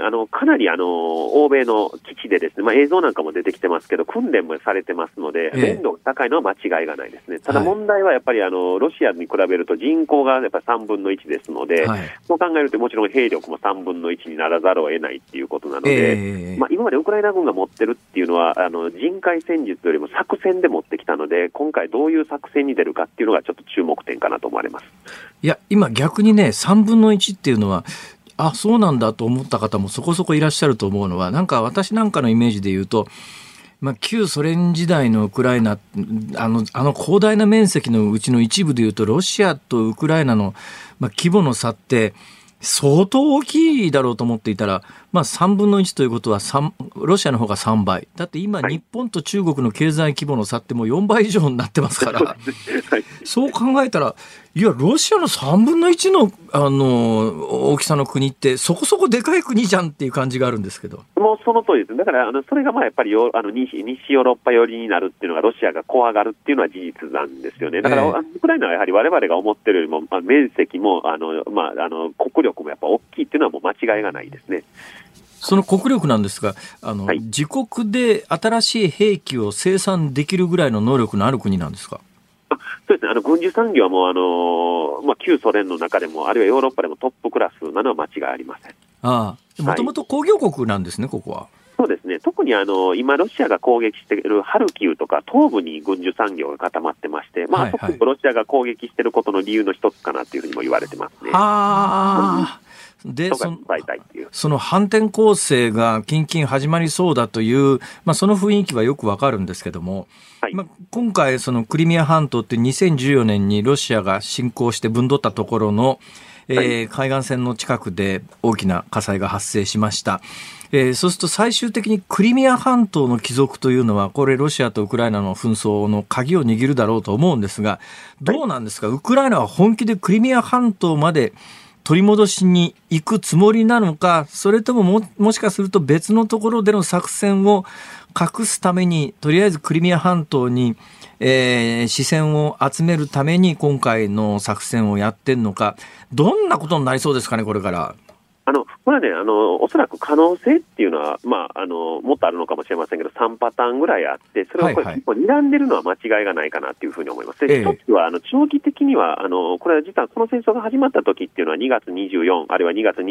かなり欧米の基地でですね、映像なんかも出てきてますけど、訓練もされてますので、連動が高いのは間違いがないですね。ただ問題はやっぱりロシアに比べると人口がやっぱり3分の1ですので、そう考えるともちろん兵力も3分の1にならざるを得ないっていうことなので、今までウクライナ軍が持ってるっていうのは人海戦術よりも作戦で持ってきたので、今回どういう作戦に出るかっていうのがちょっと注目点かなと思われます。 いや、今逆にね、3分の1っていうのはそうなんだと思った方もそこそこいらっしゃると思うのは、なんか私なんかのイメージで言うと、旧ソ連時代のウクライナ、広大な面積のうちの一部でいうと、ロシアとウクライナの、規模の差って相当大きいだろうと思っていたら、3分の1ということはロシアの方が3倍。だって今、日本と中国の経済規模の差ってもう4倍以上になってますから、そう考えたら、いや、ロシアの3分の1の、大きさの国ってそこそこでかい国じゃんっていう感じがあるんですけど。もうその通りです。だからそれがやっぱり西ヨーロッパ寄りになるっていうのが、ロシアが怖がるっていうのは事実なんですよね。だから、ウクライナはやはり我々が思ってるよりも、面積も国力もやっぱ大きいっていうのはもう間違いがないですね。 その国力なんですが、自国で新しい兵器を生産できるぐらいの能力のある国なんですか？ そうですね、軍需産業はもう旧ソ連の中でも、あるいはヨーロッパでもトップクラスなのは間違いありません。 もともと工業国なんですね、ここは。 そうですね、特に今、ロシアが攻撃しているハルキウとか東部に軍需産業が固まってまして、特にロシアが攻撃していることの理由の一つかなというふうにも言われてますね。 でその反転攻勢が近々始まりそうだという、その雰囲気はよくわかるんですけども、今回そのクリミア半島って2014年にロシアが侵攻してぶんどったところの、海岸線の近くで大きな火災が発生しました。そうすると最終的にクリミア半島の帰属というのは、これロシアとウクライナの紛争の鍵を握るだろうと思うんですが、どうなんですか？ウクライナは本気でクリミア半島まで取り戻しに行くつもりなのか、それとももしかすると別のところでの作戦を隠すために、とりあえずクリミア半島に、視線を集めるために今回の作戦をやってんのか、どんなことになりそうですかね、これから。 これはね、おそらく可能性っていうのは、もっとあるのかもしれませんけど、3パターンぐらいあって、それをこれ結構睨んでるのは間違いがないかなというふうに思います。一つは、長期的には、これは実はこの戦争が始まった時っていうのは2月24、あるいは2月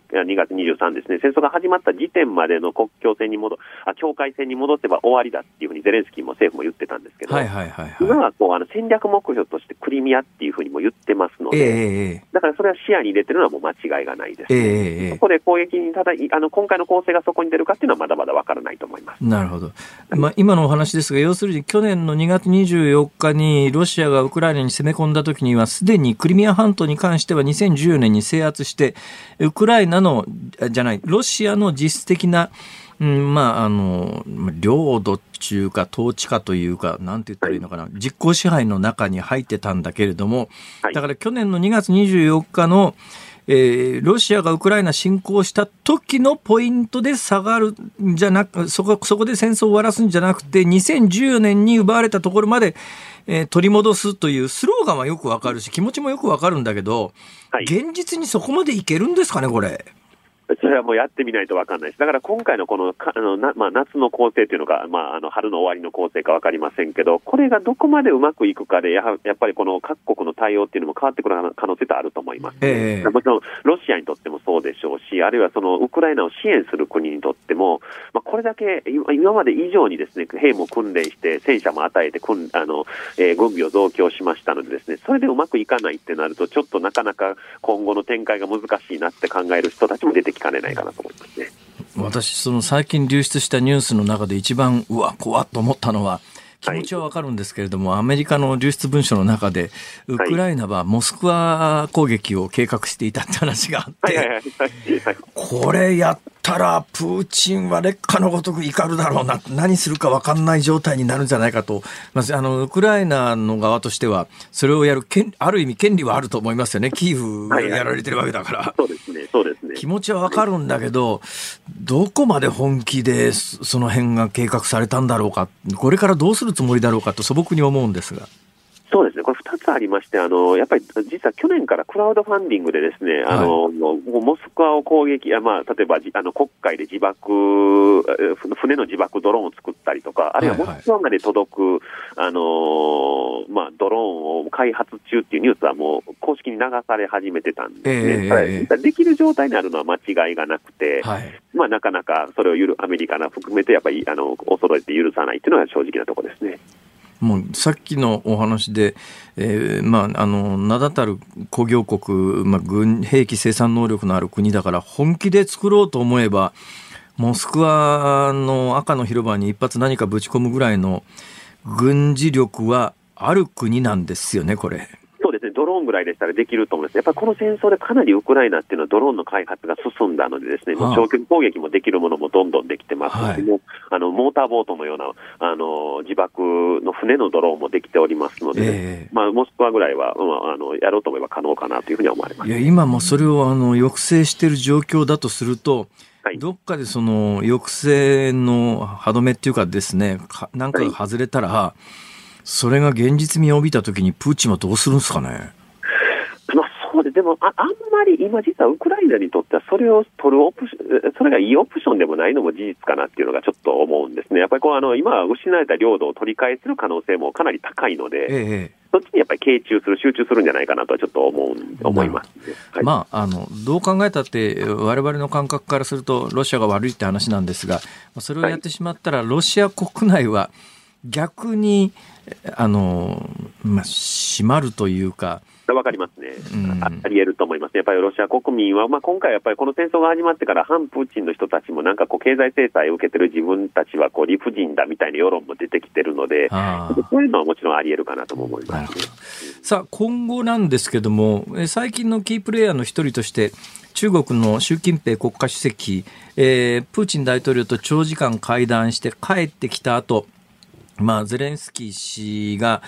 23ですね、戦争が始まった時点までの境界線に戻せば終わりだっていうふうにゼレンスキーも政府も言ってたんですけど、今は戦略目標としてクリミアっていうふうにも言ってますので、だからそれは視野に入れてるのはもう間違いがないですね。そこで攻撃に今回の攻勢がそこに出るかっていうのはまだまだ分からないと思います。 なるほど。今のお話ですが、要するに去年の2月24日にロシアがウクライナに攻め込んだ時には、すでにクリミア半島に関しては2014年に制圧して、ロシアの実質的な、領土中か統治下というか、なんて言ったらいいのかな、実効支配の中に入ってたんだけれども、だから去年の2月24日のロシアがウクライナ侵攻した時のポイントで下がるんじゃなく、そこで戦争を終わらすんじゃなくて、2014年に奪われたところまで、取り戻すというスローガンはよくわかるし、気持ちもよくわかるんだけど、現実にそこまでいけるんですかね、これ。 それはもうやってみないと分かんないです。だから今回のこの夏の攻勢というのが、春の終わりの攻勢か分かりませんけど、これがどこまでうまくいくかで、やっぱりこの各国の対応っていうのも変わってくる可能性ってあると思います、ね。もちろんロシアにとってもそうでしょうし、あるいはそのウクライナを支援する国にとっても、これだけ今まで以上にですね、兵も訓練して戦車も与えて軍備を増強しましたのでですね、それでうまくいかないってなると、ちょっとなかなか今後の展開が難しいなって考える人たちも出てきかねないかなと思いますね。 私、その最近流出したニュースの中で一番怖っと思ったのは、気持ちはわかるんですけれども、アメリカの流出文書の中でウクライナはモスクワ攻撃を計画していたって話があって、これやったらプーチンは劣化のごとく怒るだろうな、何するか分かんない状態になるんじゃないかと、ウクライナの側としてはそれをやるある意味権利はあると思いますよね。キーフがやられてるわけだから。 そうですね、そうですね。 気持ちは分かるんだけど、どこまで本気でその辺が計画されたんだろうか、これからどうするつもりだろうかと素朴に思うんですが。 そうですね、これ2つつありまして、やっぱり実は去年からクラウドファンディングでですね、モスクワを攻撃、例えば黒海で自爆、船の自爆ドローンを作ったりとか、あるいはモスクワまで届く、ドローンを開発中っていうニュースはもう公式に流され始めてたんですね。できる状態にあるのは間違いがなくて、なかなかそれをアメリカ含めてやっぱり恐れて許さないっていうのが正直なところですね。 もうさっきのお話で、名だたる工業国、軍兵器生産能力のある国だから本気で作ろうと思えばモスクワの赤の広場に一発何かぶち込むぐらいの軍事力はある国なんですよね、これ。 そうですね、ドローンぐらいでしたらできると思います。やっぱりこの戦争でかなりウクライナっていうのはドローンの開発が進んだのでですね、もう長距離攻撃もできるものもどんどんできてますし、モーターボートのような自爆の船のドローンもできておりますので、モスクワぐらいは、やろうと思えば可能かなというふうには思われます。 いや、今もそれを抑制している状況だとすると、どっかでその抑制の歯止めっていうかですね、なんかが外れたら、それが現実味を帯びたときにプーチンはどうするんですかね。 そうでもあんまり今実はウクライナにとってはそれを取るそれがいいオプションでもないのも事実かなっていうのがちょっと思うんですね。やっぱり今は失われた領土を取り返せる可能性もかなり高いので、そっちにやっぱり集中するんじゃないかなとはちょっと思います、ね。 どう考えたって我々の感覚からするとロシアが悪いって話なんですが、それをやってしまったらロシア国内は逆に締まるというか。 わかりますね。あり得ると思います。やっぱりロシア国民は、今回やっぱりこの戦争が始まってから反プーチンの人たちもなんか経済制裁を受けてる自分たちは理不尽だみたいな世論も出てきてるので、そういうのはもちろんあり得るかなとも思いますね。 さあ今後なんですけども、最近のキープレイヤーの一人として中国の習近平国家主席、プーチン大統領と長時間会談して帰ってきた後、ゼレンスキー氏が、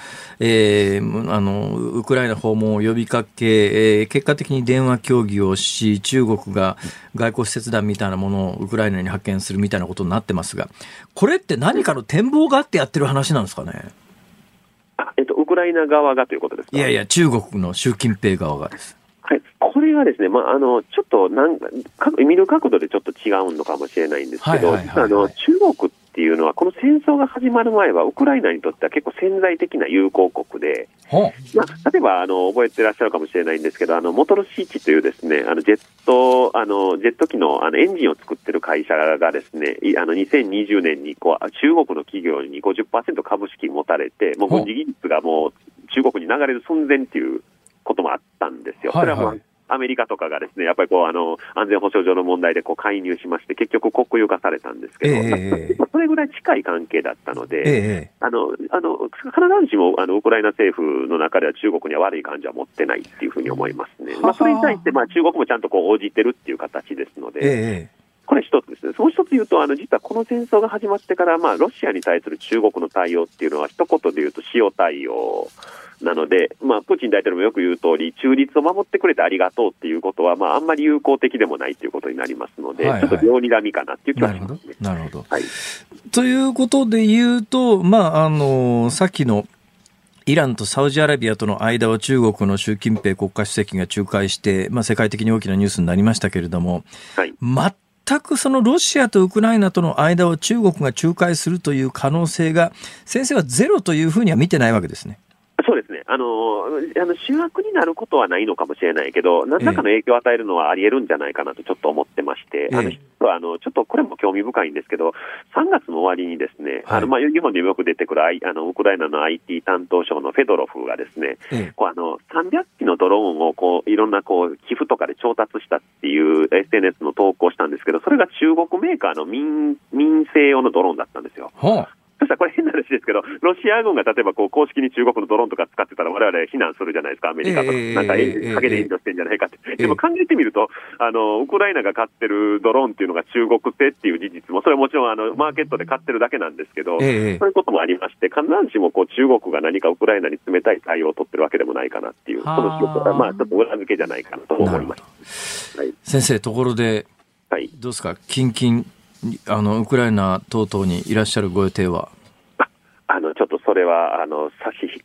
ウクライナ訪問を呼びかけ、結果的に電話協議をし、中国が外交使節団みたいなものをウクライナに派遣するみたいなことになってますが、これって何かの展望があってやってる話なんですかね。 ウクライナ側がということですか。 いや、中国の習近平側がです。 はい、これはですね、ちょっと見る角度でちょっと違うのかもしれないんですけど、中国っていうのはこの戦争が始まる前はウクライナにとっては結構潜在的な友好国で、例えば覚えてらっしゃるかもしれないんですけど、モトロシーチというですね、ジェット機のエンジンを作ってる会社がですね、2020年に中国の企業に 50% 株式持たれて、もう軍事技術がもう中国に流れる寸前っていうこともあったんですよ。それはアメリカとかがですね、やっぱり安全保障上の問題で介入しまして、結局国有化されたんですけど、それぐらい近い関係だったので、必ずしもウクライナ政府の中では中国には悪い感じは持ってないっていうふうに思いますね。それに対して中国もちゃんと応じてるっていう形ですので、これ一つですね。もう一つ言うと、実はこの戦争が始まってから、ロシアに対する中国の対応っていうのは、一言で言うと塩対応なので、プーチン大統領もよく言う通り、中立を守ってくれてありがとうっていうことは、あんまり友好的でもないということになりますので、ちょっと両睨みかなっていう気はしますね。 なるほど。ということで言うと、さっきのイランとサウジアラビアとの間を中国の習近平国家主席が仲介して、世界的に大きなニュースになりましたけれども、全くそのロシアとウクライナとの間を中国が仲介するという可能性が先生はゼロというふうには見てないわけですね。 そうですね。主役になることはないのかもしれないけど、何らかの影響を与えるのはあり得るんじゃないかなとちょっと思ってまして、ちょっとこれも興味深いんですけど、3月の終わりにですね、日本でよく出てくるウクライナの IT 担当省のフェドロフがですね、300機のドローンをいろんな寄付とかで調達したっていう SNS の投稿したんですけど、それが中国メーカーの民生用のドローンだったんですよ。そしたらこれ変な話ですけど、ロシア軍が例えば公式に中国のドローンとか使ってたら我々非難するじゃないですか、アメリカとか、なんか陰で援助してんじゃないかって。でも考えてみると、ウクライナが買ってるドローンっていうのが中国製っていう事実も、それはもちろんマーケットで買ってるだけなんですけど、そういうこともありまして、必ずしも中国が何かウクライナに冷たい対応を取ってるわけでもないかなっていう、その仕事はちょっと裏付けじゃないかなと思います。 先生、ところで、どうですか、近々ウクライナ等々にいらっしゃるご予定は？ ちょっとそれは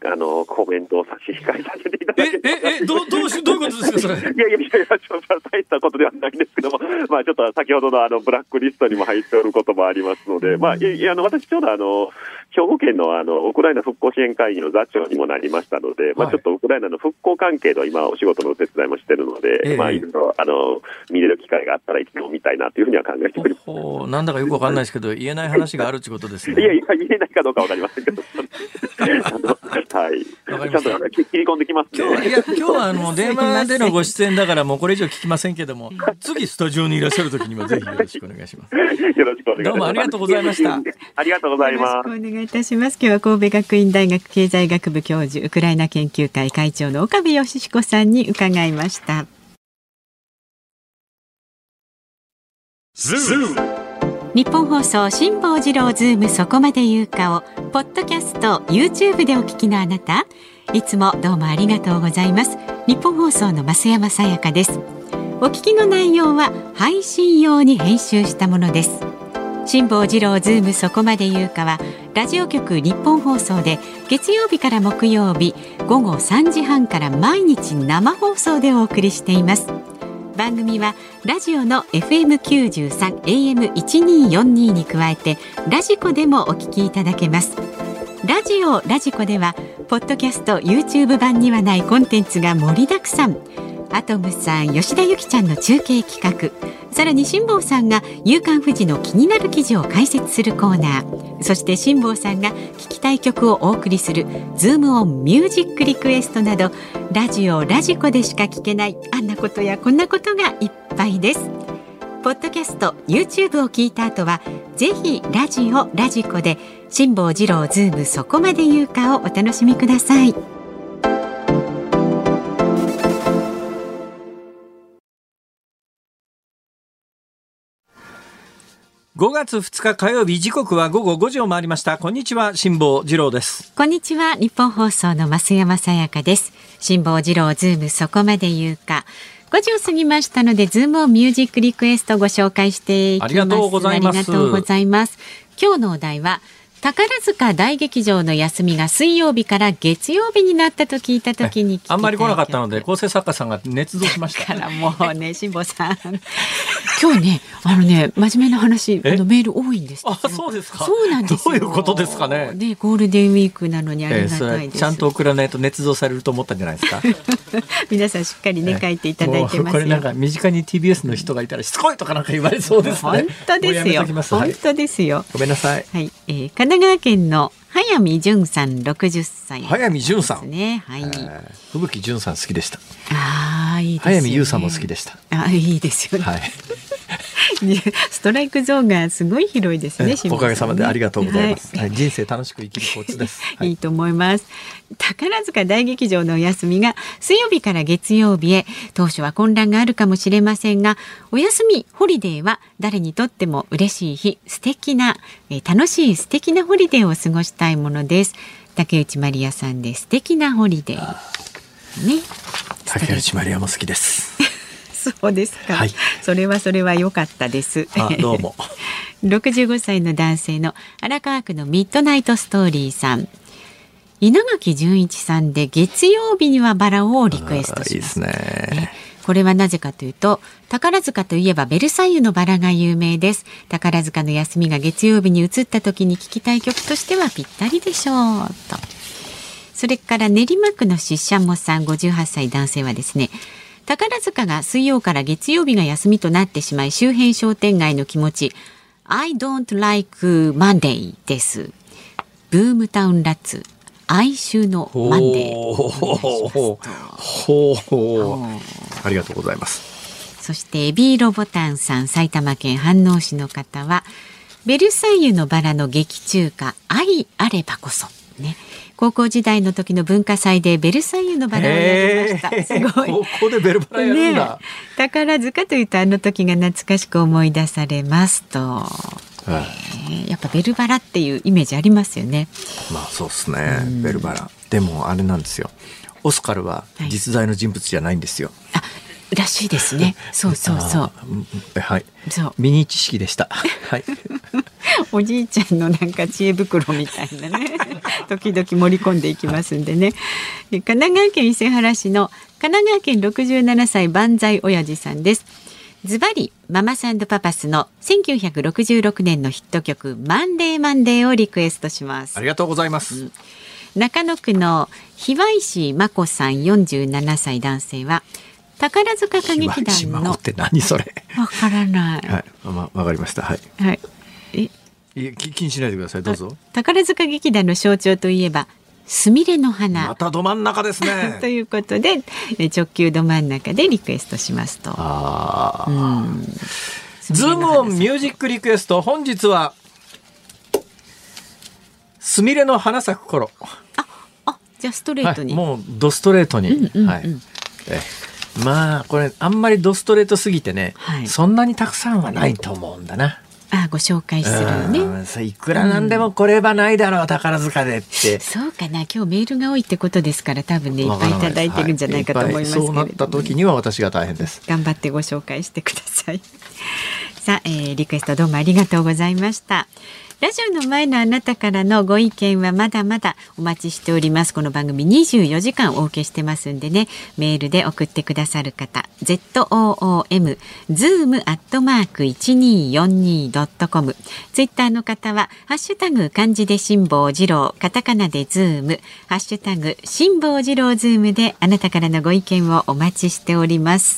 コメントを差し控えさせていただきます。 どういうことですかそれ。 いや、ちょっと大したことではないんですけども、まあちょっと先ほどのブラックリストにも入っておることもありますので、まあ私ちょうど兵庫県のウクライナ復興支援会議の座長にもなりましたので、まあちょっとウクライナの復興関係の今お仕事のお手伝いもしてるので、まあいろいろ見れる機会があったらいつでも見たいなというふうには考えております。 なんだかよくわかんないですけど、言えない話があるってことですね。 いや、言えないかどうかわかりませんけど。はい。ちゃんと切り込んできますね。 今日は電話でのご出演だからもうこれ以上聞きませんけども、次スタジオにいらっしゃる時にはぜひよろしくお願いします。 よろしくお願いします。 どうもありがとうございました。 ありがとうございます。 よろしくお願いいたします。今日は神戸学院大学経済学部教授、ウクライナ研究会会長の岡部芳彦さんに伺いました。日本放送辛坊治郎ズームそこまで言うかをポッドキャスト YouTube でお聞きのあなた、いつもどうもありがとうございます。日本放送の増山さやかです。お聞きの内容は配信用に編集したものです。辛坊治郎ズームそこまで言うかはラジオ局日本放送で月曜日から木曜日午後3時半から毎日生放送でお送りしています。番組はラジオの FM93 AM1242 に加えてラジコでもお聞きいただけます。ラジコではポッドキャスト YouTube 版にはないコンテンツが盛りだくさん。アトムさん、吉田ゆきちゃんの中継企画、さらに辛坊さんが夕刊フジの気になる記事を解説するコーナー、そして辛坊さんが聞きたい曲をお送りするズームオンミュージックリクエストなど、ラジコでしか聞けないあんなことやこんなことがいっぱいです。ポッドキャスト YouTube を聞いた後はぜひラジコで辛坊治郎ズームそこまで言うかをお楽しみください。 5月2日火曜日、時刻は午後5時を回りました。こんにちは、辛坊治郎です。 こんにちは、日本放送の増山さやかです。辛坊治郎ズームそこまで言うか、5時を過ぎましたのでズームをミュージックリクエストをご紹介していきます。 ありがとうございます。 ありがとうございます。今日のお題は宝塚大劇場の休みが水曜日から月曜日になったと聞いたときに聞きたい曲、 あんまり来なかったので構成作家さんが捏造しました。 だからもうね、辛坊さん今日ね、真面目な話メール多いんです。 あ、そうですか。 そうなんですよ。 どういうことですかね。 ゴールデンウィークなのにありがたいです。 ちゃんと送らないと捏造されると思ったんじゃないですか。 皆さんしっかりね書いていただいてますよ。 これなんか身近に TBS の人がいたらしつこいとかなんか言われそうですね。 本当ですよ。本当ですよ。 ごめんなさい。 はい、神奈川県の早見純さん60歳、ね、 早見純さん、 はい、 吹雪純さん好きでした。 いいですよね。 早見優さんも好きでした。 いいですよね。 はいストライクゾーンがすごい広いですね。 おかげさまでありがとうございます。人生楽しく生きるコツです。 いいと思います。宝塚大劇場のお休みが水曜日から月曜日へ、当初は混乱があるかもしれませんが、お休みホリデーは誰にとっても嬉しい日、素敵な楽しい素敵なホリデーを過ごしたいものです。竹内まりやさんで素敵なホリデーね。 竹内まりやも好きです。 そうですか、はい、それは良かったです。 どうも。 65歳の男性の荒川区のミッドナイトストーリーさん、稲垣潤一さんで月曜日にはバラをリクエストします。 いいですね。 これはなぜかというと、宝塚といえばベルサイユのバラが有名です。宝塚の休みが月曜日に移った時に聴きたい曲としてはぴったりでしょうと。それから練馬区のしっしゃもさん58歳男性はですね、宝塚が水曜から月曜日が休みとなってしまい、周辺商店街の気持ち I don't like Monday です。ブームタウンラッツ哀愁のマンデー。 ありがとうございます。 そしてエビーロボタンさん、埼玉県飯能市の方はベルサイユのバラの劇中歌愛あればこそね。高校時代の時の文化祭でベルサイユのバラをやりました。すごい。 高校でベルバラやるんだ、 ね、宝塚というとあの時が懐かしく思い出されますと、やっぱベルバラっていうイメージありますよね。 まあそうですね、ベルバラ。でもあれなんですよ、オスカルは実在の人物じゃないんですよ。 らしいですね。そうそうそう。 はい。ミニ知識でした。はい。 おじいちゃんのなんか知恵袋みたいなね。 時々盛り込んでいきますんでね。神奈川県伊勢原市の神奈川県67歳万歳親父さんです。ズバリママさんパパスの1966年のヒット曲マンデーマンデーをリクエストします。 ありがとうございます。 中野区の日石真子さん47歳男性は宝塚歌劇団のって何それわからない。 はい、わかりました。はい、 はい、 気にしないでください。どうぞ。 宝塚劇団の象徴といえばすみれの花、 またど真ん中ですねということで直球ど真ん中でリクエストしますと。 ズームオンミュージックリクエスト、本日はすみれの花咲く頃。 じゃあストレートに、 もうドストレートに、まあこれあんまりドストレートすぎてね、そんなにたくさんはないと思うんだな。 ご紹介するね。 いくらなんでもこれはないだろう、宝塚でって。 そうかな、今日メールが多いってことですから多分ねいっぱいいただいてるんじゃないかと思いますけれども、 そうなった時には私が大変です。 頑張ってご紹介してください。さあ、リクエストどうもありがとうございました。ラジオの前のあなたからのご意見はまだまだお待ちしております。この番組24時間お受けしてますんでね、メールで送ってくださる方 ZOOM zoom@1242.com、 ツイッターの方はハッシュタグ漢字で辛坊治郎、カタカナでズーム、ハッシュタグ辛坊治郎ズームであなたからのご意見をお待ちしております。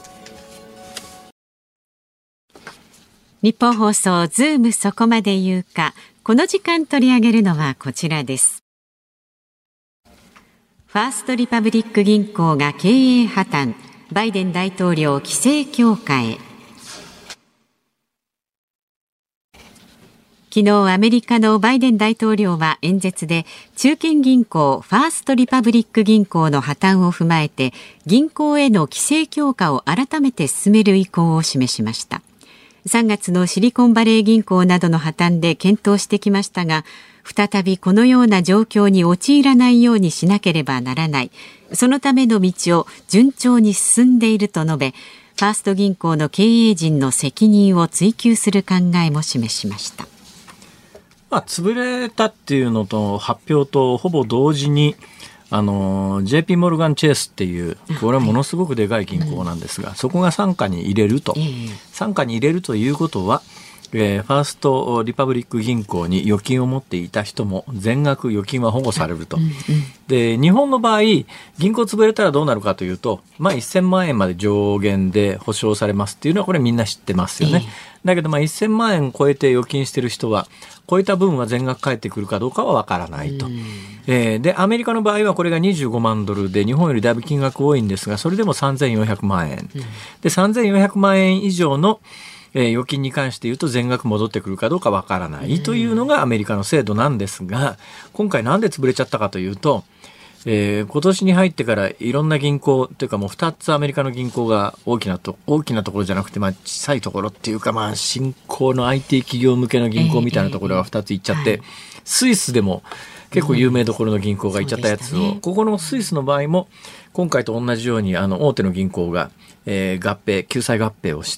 日本放送ズームそこまで言うか。この時間取り上げるのはこちらです。ファーストリパブリック銀行が経営破綻、バイデン大統領規制強化へ。昨日アメリカのバイデン大統領は演説で中堅銀行ファーストリパブリック銀行の破綻を踏まえて銀行への規制強化を改めて進める意向を示しました。3月のシリコンバレー銀行などの破綻で検討してきましたが、再びこのような状況に陥らないようにしなければならない。そのための道を順調に進んでいると述べ、ファースト銀行の経営陣の責任を追及する考えも示しました。 潰れたっていうのと発表とほぼ同時にJP モルガンチェイスっていうこれはものすごくでかい銀行なんですが、そこが傘下に入れると、傘下に入れるということは、ファーストリパブリック銀行に預金を持っていた人も全額預金は保護されると。で、日本の場合銀行潰れたらどうなるかというと、1000万円まで上限で保証されますっていうのはこれみんな知ってますよね。だけど1000万円超えて預金してる人は超えた分は全額返ってくるかどうかはわからないと。でアメリカの場合はこれが25万ドルで日本よりだいぶ金額多いんですが、それでも3400万円で3400万円以上の預金に関して言うと全額戻ってくるかどうかわからないというのがアメリカの制度なんですが、今回なんで潰れちゃったかというと、今年に入ってからいろんな銀行というかもう2つアメリカの銀行が大きなところじゃなくて小さいところっていうか新興の IT 企業向けの銀行みたいなところが2つ行っちゃって、スイスでも結構有名どころの銀行が行っちゃったやつを、ここのスイスの場合も今回と同じように大手の銀行が救済合併をして、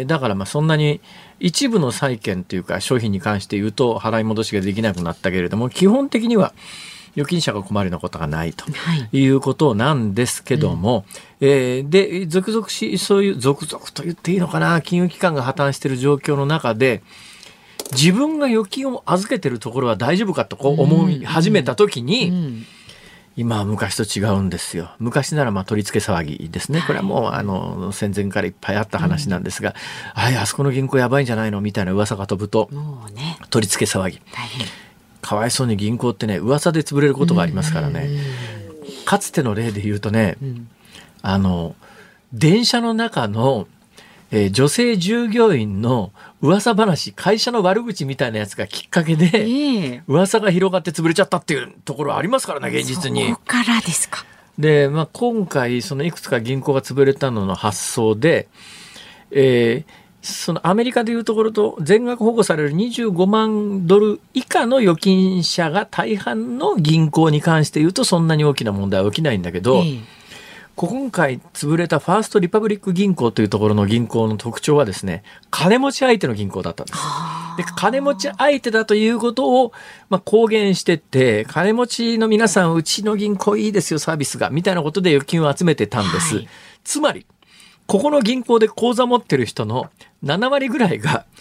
だからそんなに一部の債券というか商品に関して言うと払い戻しができなくなったけれども、基本的には預金者が困るようなことがないということなんですけども、で続々と言っていいのかな、金融機関が破綻している状況の中で自分が預金を預けているところは大丈夫かと思い始めた時に、今は昔と違うんですよ。昔なら取り付け騒ぎですね。これはもう戦前からいっぱいあった話なんですが、あそこの銀行やばいんじゃないのみたいな噂が飛ぶと取り付け騒ぎ。かわいそうに銀行ってね、噂で潰れることがありますからね。かつての例で言うとね、電車の中の、女性従業員の噂話、会社の悪口みたいなやつがきっかけで、噂が広がって潰れちゃったっていうところありますからね、現実に。 そこからですか。 で、今回そのいくつか銀行が潰れたのの発想で、そのアメリカでいうところと全額保護される25万ドル以下の預金者が大半の銀行に関して言うとそんなに大きな問題は起きないんだけど、 今回潰れたファーストリパブリック銀行というところの銀行の特徴はですね、金持ち相手の銀行だったんです。で、金持ち相手だということを、公言してって、金持ちの皆さん、うちの銀行いいですよ、サービスが、みたいなことで預金を集めてたんです。はい、つまり、ここの銀行で口座持ってる人の7割ぐらいが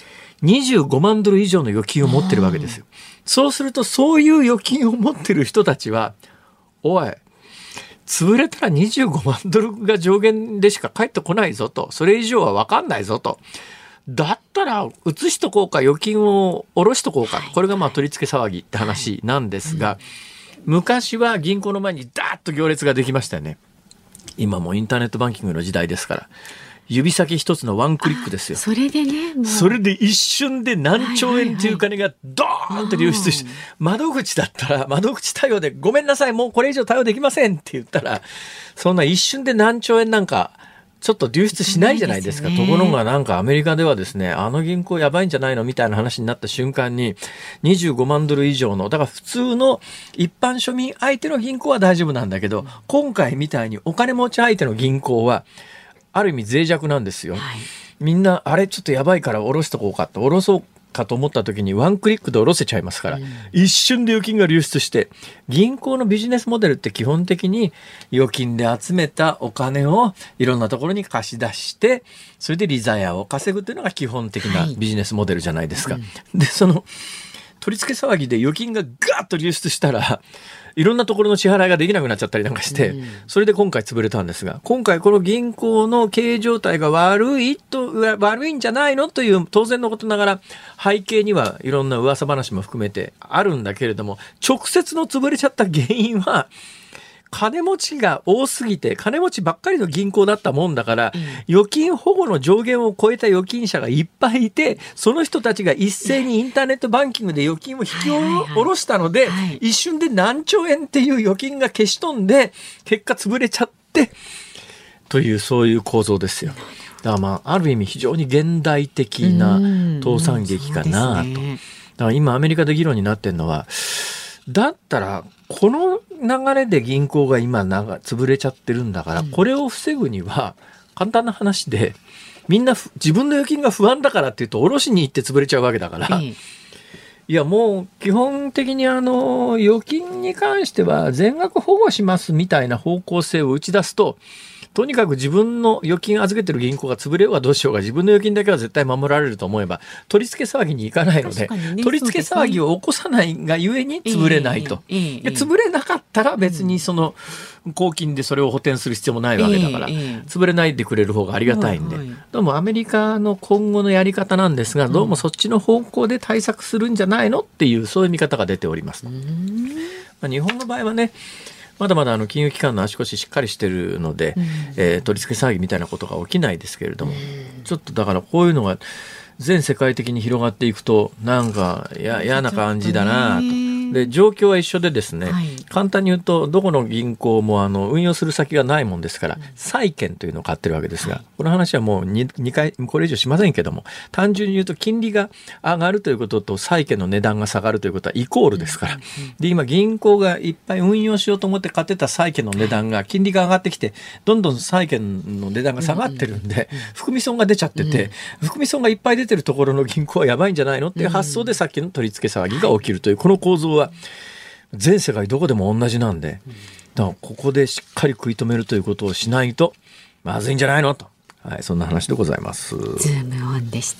25万ドル以上の預金を持ってるわけですよ。そうすると、そういう預金を持ってる人たちは、おい、潰れたら25万ドルが上限でしか返ってこないぞと。それ以上は分かんないぞと。だったら移しとこうか、預金を下ろしとこうか。これが取り付け騒ぎって話なんですが、昔は銀行の前にダーッと行列ができましたよね。今もインターネットバンキングの時代ですから。指先一つのワンクリックですよ。 それでね、 それで一瞬で何兆円という金がドーンと流出して、窓口だったら窓口対応でごめんなさい、もうこれ以上対応できませんって言ったら、そんな一瞬で何兆円なんかちょっと流出しないじゃないですか。ところがなんかアメリカではですね、あの銀行やばいんじゃないのみたいな話になった瞬間に25万ドル以上の、だから普通の一般庶民相手の銀行は大丈夫なんだけど、今回みたいにお金持ち相手の銀行はある意味脆弱なんですよ。はい、みんなあれちょっとやばいから下ろしとこうかと、下ろそうかと思った時にワンクリックで下ろせちゃいますから、一瞬で預金が流出して、銀行のビジネスモデルって基本的に預金で集めたお金をいろんなところに貸し出して、それで利ざやを稼ぐというのが基本的なビジネスモデルじゃないですか。で、その取り付け騒ぎで預金がガーッと流出したら、いろんなところの支払いができなくなっちゃったりなんかして、それで今回潰れたんですが、今回この銀行の経営状態が悪いんじゃないのという当然のことながら、背景にはいろんな噂話も含めてあるんだけれども、直接の潰れちゃった原因は、金持ちが多すぎて、金持ちばっかりの銀行だったもんだから、預金保護の上限を超えた預金者がいっぱいいて、その人たちが一斉にインターネットバンキングで預金を引き下ろしたので、一瞬で何兆円っていう預金が消し飛んで、結果潰れちゃって、というそういう構造ですよ。だからある意味非常に現代的な倒産劇かなと。だから今アメリカで議論になってるのは、だったらこの流れで銀行が今潰れちゃってるんだから、これを防ぐには簡単な話で、みんな自分の預金が不安だからっていうと下ろしに行って潰れちゃうわけだから、いやもう基本的に預金に関しては全額保護しますみたいな方向性を打ち出すと、とにかく自分の預金預けてる銀行が潰れようがどうしようが、自分の預金だけは絶対守られると思えば取り付け騒ぎに行かないので、取り付け騒ぎを起こさないがゆえに潰れないと。潰れなかったら別にその公金でそれを補填する必要もないわけだから、潰れないでくれる方がありがたいんで、どうもアメリカの今後のやり方なんですが、どうもそっちの方向で対策するんじゃないのっていう、そういう見方が出ております。日本の場合はね、まだまだ金融機関の足腰しっかりしてるので、取り付け騒ぎみたいなことが起きないですけれども、ちょっとだからこういうのが全世界的に広がっていくとなんか嫌な感じだなと。で状況は一緒でですね、簡単に言うとどこの銀行も運用する先がないもんですから債券というのを買ってるわけですが、この話はもう2回これ以上しませんけども、単純に言うと金利が上がるということと債券の値段が下がるということはイコールですから、で今銀行がいっぱい運用しようと思って買ってた債券の値段が金利が上がってきてどんどん債券の値段が下がってるんで、含み損が出ちゃってて、含み損がいっぱい出てるところの銀行はやばいんじゃないのっていう発想でさっきの取り付け騒ぎが起きるという、この構造は全世界どこでも同じなんで、だからここでしっかり食い止めるということをしないとまずいんじゃないのと、そんな話でございます。ズームオンでした。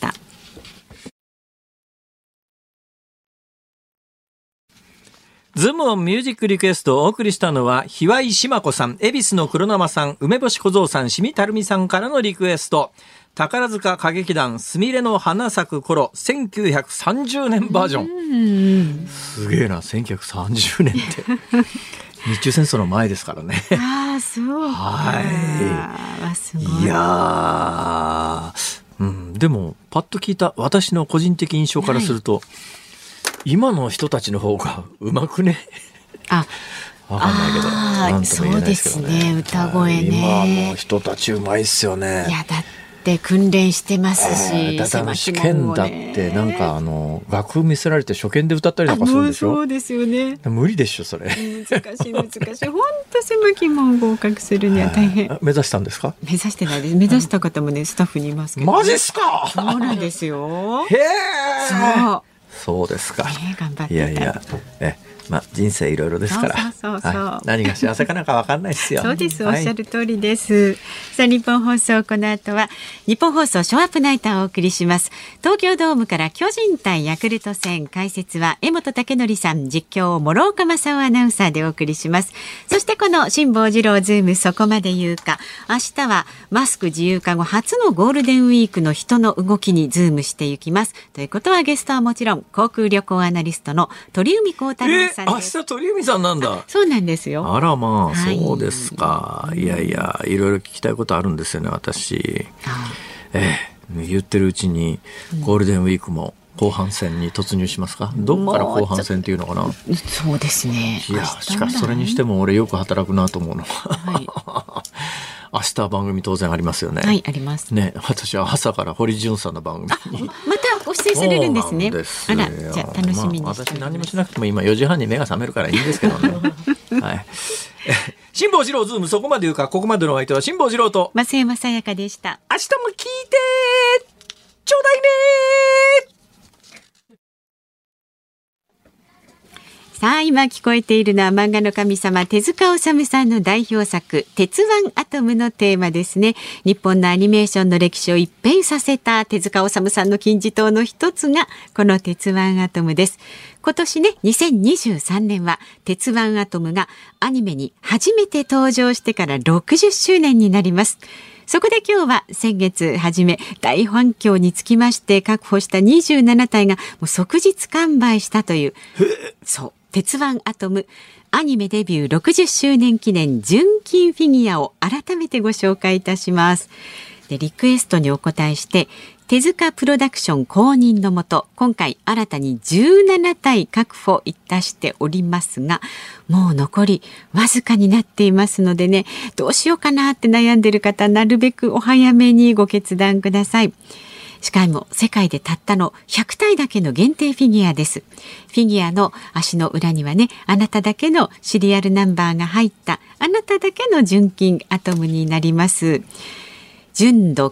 ズームオンミュージックリクエストをお送りしたのは、ひわいしまこさん、恵比寿の黒生さん、梅干し小僧さん、しみたるみさんからのリクエスト。宝塚歌劇団すみれの花咲く頃1930年バージョン。すげえな、1930年って日中戦争の前ですからね。 そう。すごい。 いやでもパッと聞いた私の個人的印象からすると、今の人たちの方がうまくね。わかんないけど、なんとも言えないですけどね。 そうですね、歌声ね。 今の人たちうまいっすよね。 いやだってって訓練してますし、 だって試験だってなんか楽譜見せられて初見で歌ったりとかするんでしょ。 そうですよね。 無理でしょそれ。 難しい本当狭き門合格するには大変。 目指したんですか。 目指してないです。目指した方もねスタッフにいますけど、 マジっすか。 そうなんですよ。 へえ。そうですか。 頑張って。 いや人生いろいろですから、何が幸せかなんか分かんないですよ。 そうです、おっしゃる通りです。さあ日本放送、この後は日本放送ショーアップナイターをお送りします。東京ドームから巨人対ヤクルト戦、解説は江本武則さん、実況を諸岡正夫アナウンサーでお送りします。そしてこの辛坊治郎ズームそこまで言うか、明日はマスク自由化後初のゴールデンウィークの人の動きにズームしていきます。ということはゲストはもちろん航空旅行アナリストの鳥海高太郎さん。 明日鳥海さんなんだ。 そうなんですよ。 あらまあ、そうですか。いろいろ聞きたいことあるんですよね私。言ってるうちにゴールデンウィークも後半戦に突入しますか。どこから後半戦っていうのかな。 そうですね。 いやしかしそれにしても俺よく働くなと思うのは、明日番組当然ありますよね。 はいありますね。私は朝から堀潤さんの番組にまたご出演されるんですね。あら、じゃあ楽しみにして、 私何もしなくても今4時半に目が覚めるからいいんですけどね。はい。辛坊治郎ズームそこまで言うか。ここまでのお相手は辛坊治郎と増山さやかでした。 明日も聞いてちょうだいね。 さあ今聞こえているのは漫画の神様手塚治虫さんの代表作鉄腕アトムのテーマですね。日本のアニメーションの歴史を一変させた手塚治虫さんの金字塔の一つがこの鉄腕アトムです。今年ね2023年は鉄腕アトムがアニメに初めて登場してから60周年になります。そこで今日は先月初め大反響につきまして確保した27体がもう即日完売したというそう鉄腕アトムアニメデビュー60周年記念純金フィギュアを改めてご紹介いたします。でリクエストにお答えして手塚プロダクション公認のもと今回新たに17体確保いたしておりますがもう残りわずかになっていますのでねどうしようかなって悩んでいる方なるべくお早めにご決断ください。しかも世界でたったの100体だけの限定フィギュアです。フィギュアの足の裏にはねあなただけのシリアルナンバーが入ったあなただけの純金アトムになります。純度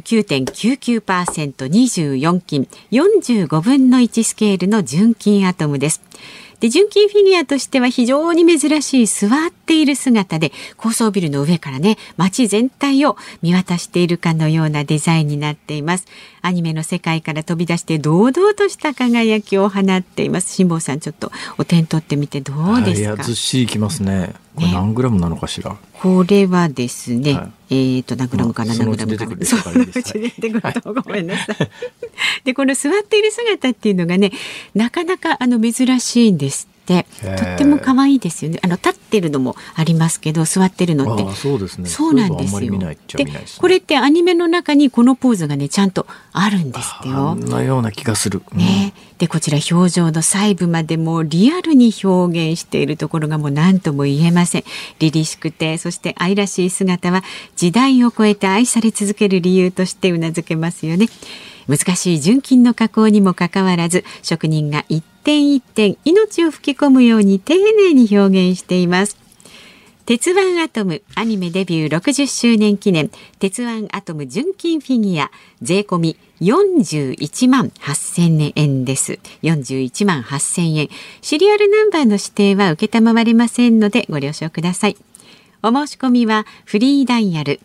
99.99% 24金45分の1スケールの純金アトムです。で純金フィギュアとしては非常に珍しい座っている姿で高層ビルの上からね街全体を見渡しているかのようなデザインになっています。アニメの世界から飛び出して堂々とした輝きを放っています。辛坊さんちょっとお手に取ってみてどうですか。 いやずっしりきますね。これ何グラムなのかしら。 これはですね、何グラムかな何グラムかなそのうち出てくるとごめんなさい。でこの座っている姿っていうのがねなかなか珍しいんですって。とっても可愛いですよね。立ってるのもありますけど座ってるのってそうですね。 そうなんですよ。 でこれってアニメの中にこのポーズがねちゃんとあるんですってよ。 あんなような気がする、 ね。でこちら表情の細部までもリアルに表現しているところがもう何とも言えません。凛々しくてそして愛らしい姿は時代を超えて愛され続ける理由としてうなずけますよね。難しい純金の加工にもかかわらず職人が一点一点命を吹き込むように丁寧に表現しています。鉄腕アトムアニメデビュー60周年記念鉄腕アトム純金フィギュア税込み41万8000円です。41万8000円シリアルナンバーの指定は受けたまわれませんのでご了承ください。お申し込みはフリーダイヤル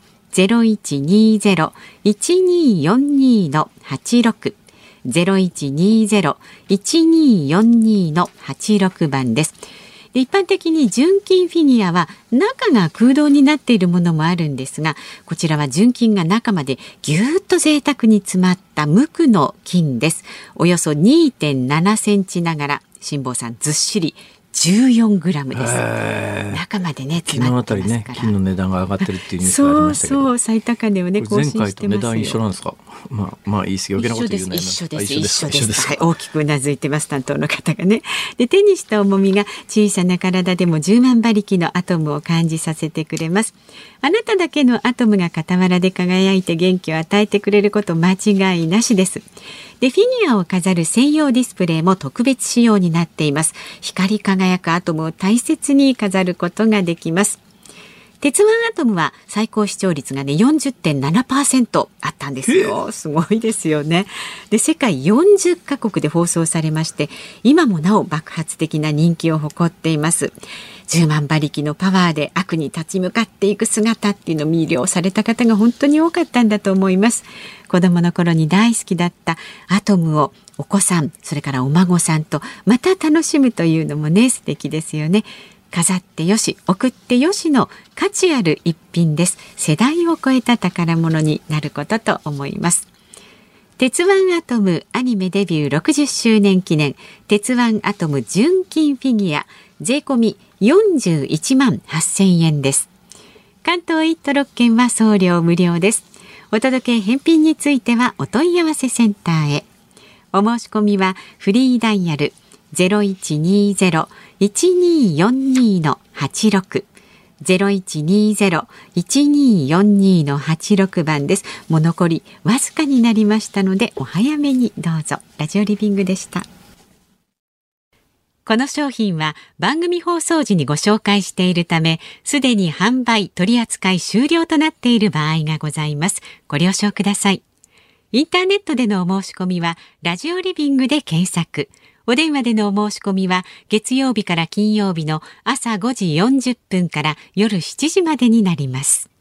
0120-1242-86 0120-1242-86番です。一般的に純金フィギュアは中が空洞になっているものもあるんですがこちらは純金が中までぎゅーっと贅沢に詰まった無垢の金です。およそ 2.7 センチながら辛坊さんずっしり 14グラムです。中までね詰まってますから。昨日あたりね金の値段が上がってるっていうニュースがありましたけど。 そう最高値をね更新してますよ。 前回と値段一緒なんですか。まあいいですよ。余計なこと言うのやめます。 一緒です。はい、大きくうなずいてます担当の方がね。で手にした重みが小さな体でも10万馬力のアトムを感じさせてくれます。あなただけのアトムが傍らで輝いて元気を与えてくれること間違いなしです。でフィギュアを飾る専用ディスプレイも特別仕様になっています。光り輝くアトムを大切に飾ることができます。鉄腕アトムは最高視聴率がね 40.7% あったんですよ。すごいですよね。で世界40カ国で放送されまして、今もなお爆発的な人気を誇っています。10万馬力のパワーで悪に立ち向かっていく姿っていうのを魅了された方が本当に多かったんだと思います。子供の頃に大好きだったアトムをお子さん、それからお孫さんとまた楽しむというのもね素敵ですよね。飾ってよし、送ってよしの価値ある一品です。世代を超えた宝物になることと思います。鉄腕アトムアニメデビュー60周年記念鉄腕アトム純金フィギュア税込み41万8000円です。関東1都6県は送料無料です。お届け返品についてはお問い合わせセンターへ。お申し込みはフリーダイヤル0120-1242-86 0120-1242-86番です。もう残りわずかになりましたのでお早めにどうぞ。ラジオリビングでした。この商品は番組放送時にご紹介しているため、すでに販売取扱い終了となっている場合がございます。ご了承ください。インターネットでのお申し込みはラジオリビングで検索。お電話でのお申し込みは月曜日から金曜日の朝5時40分から夜7時までになります。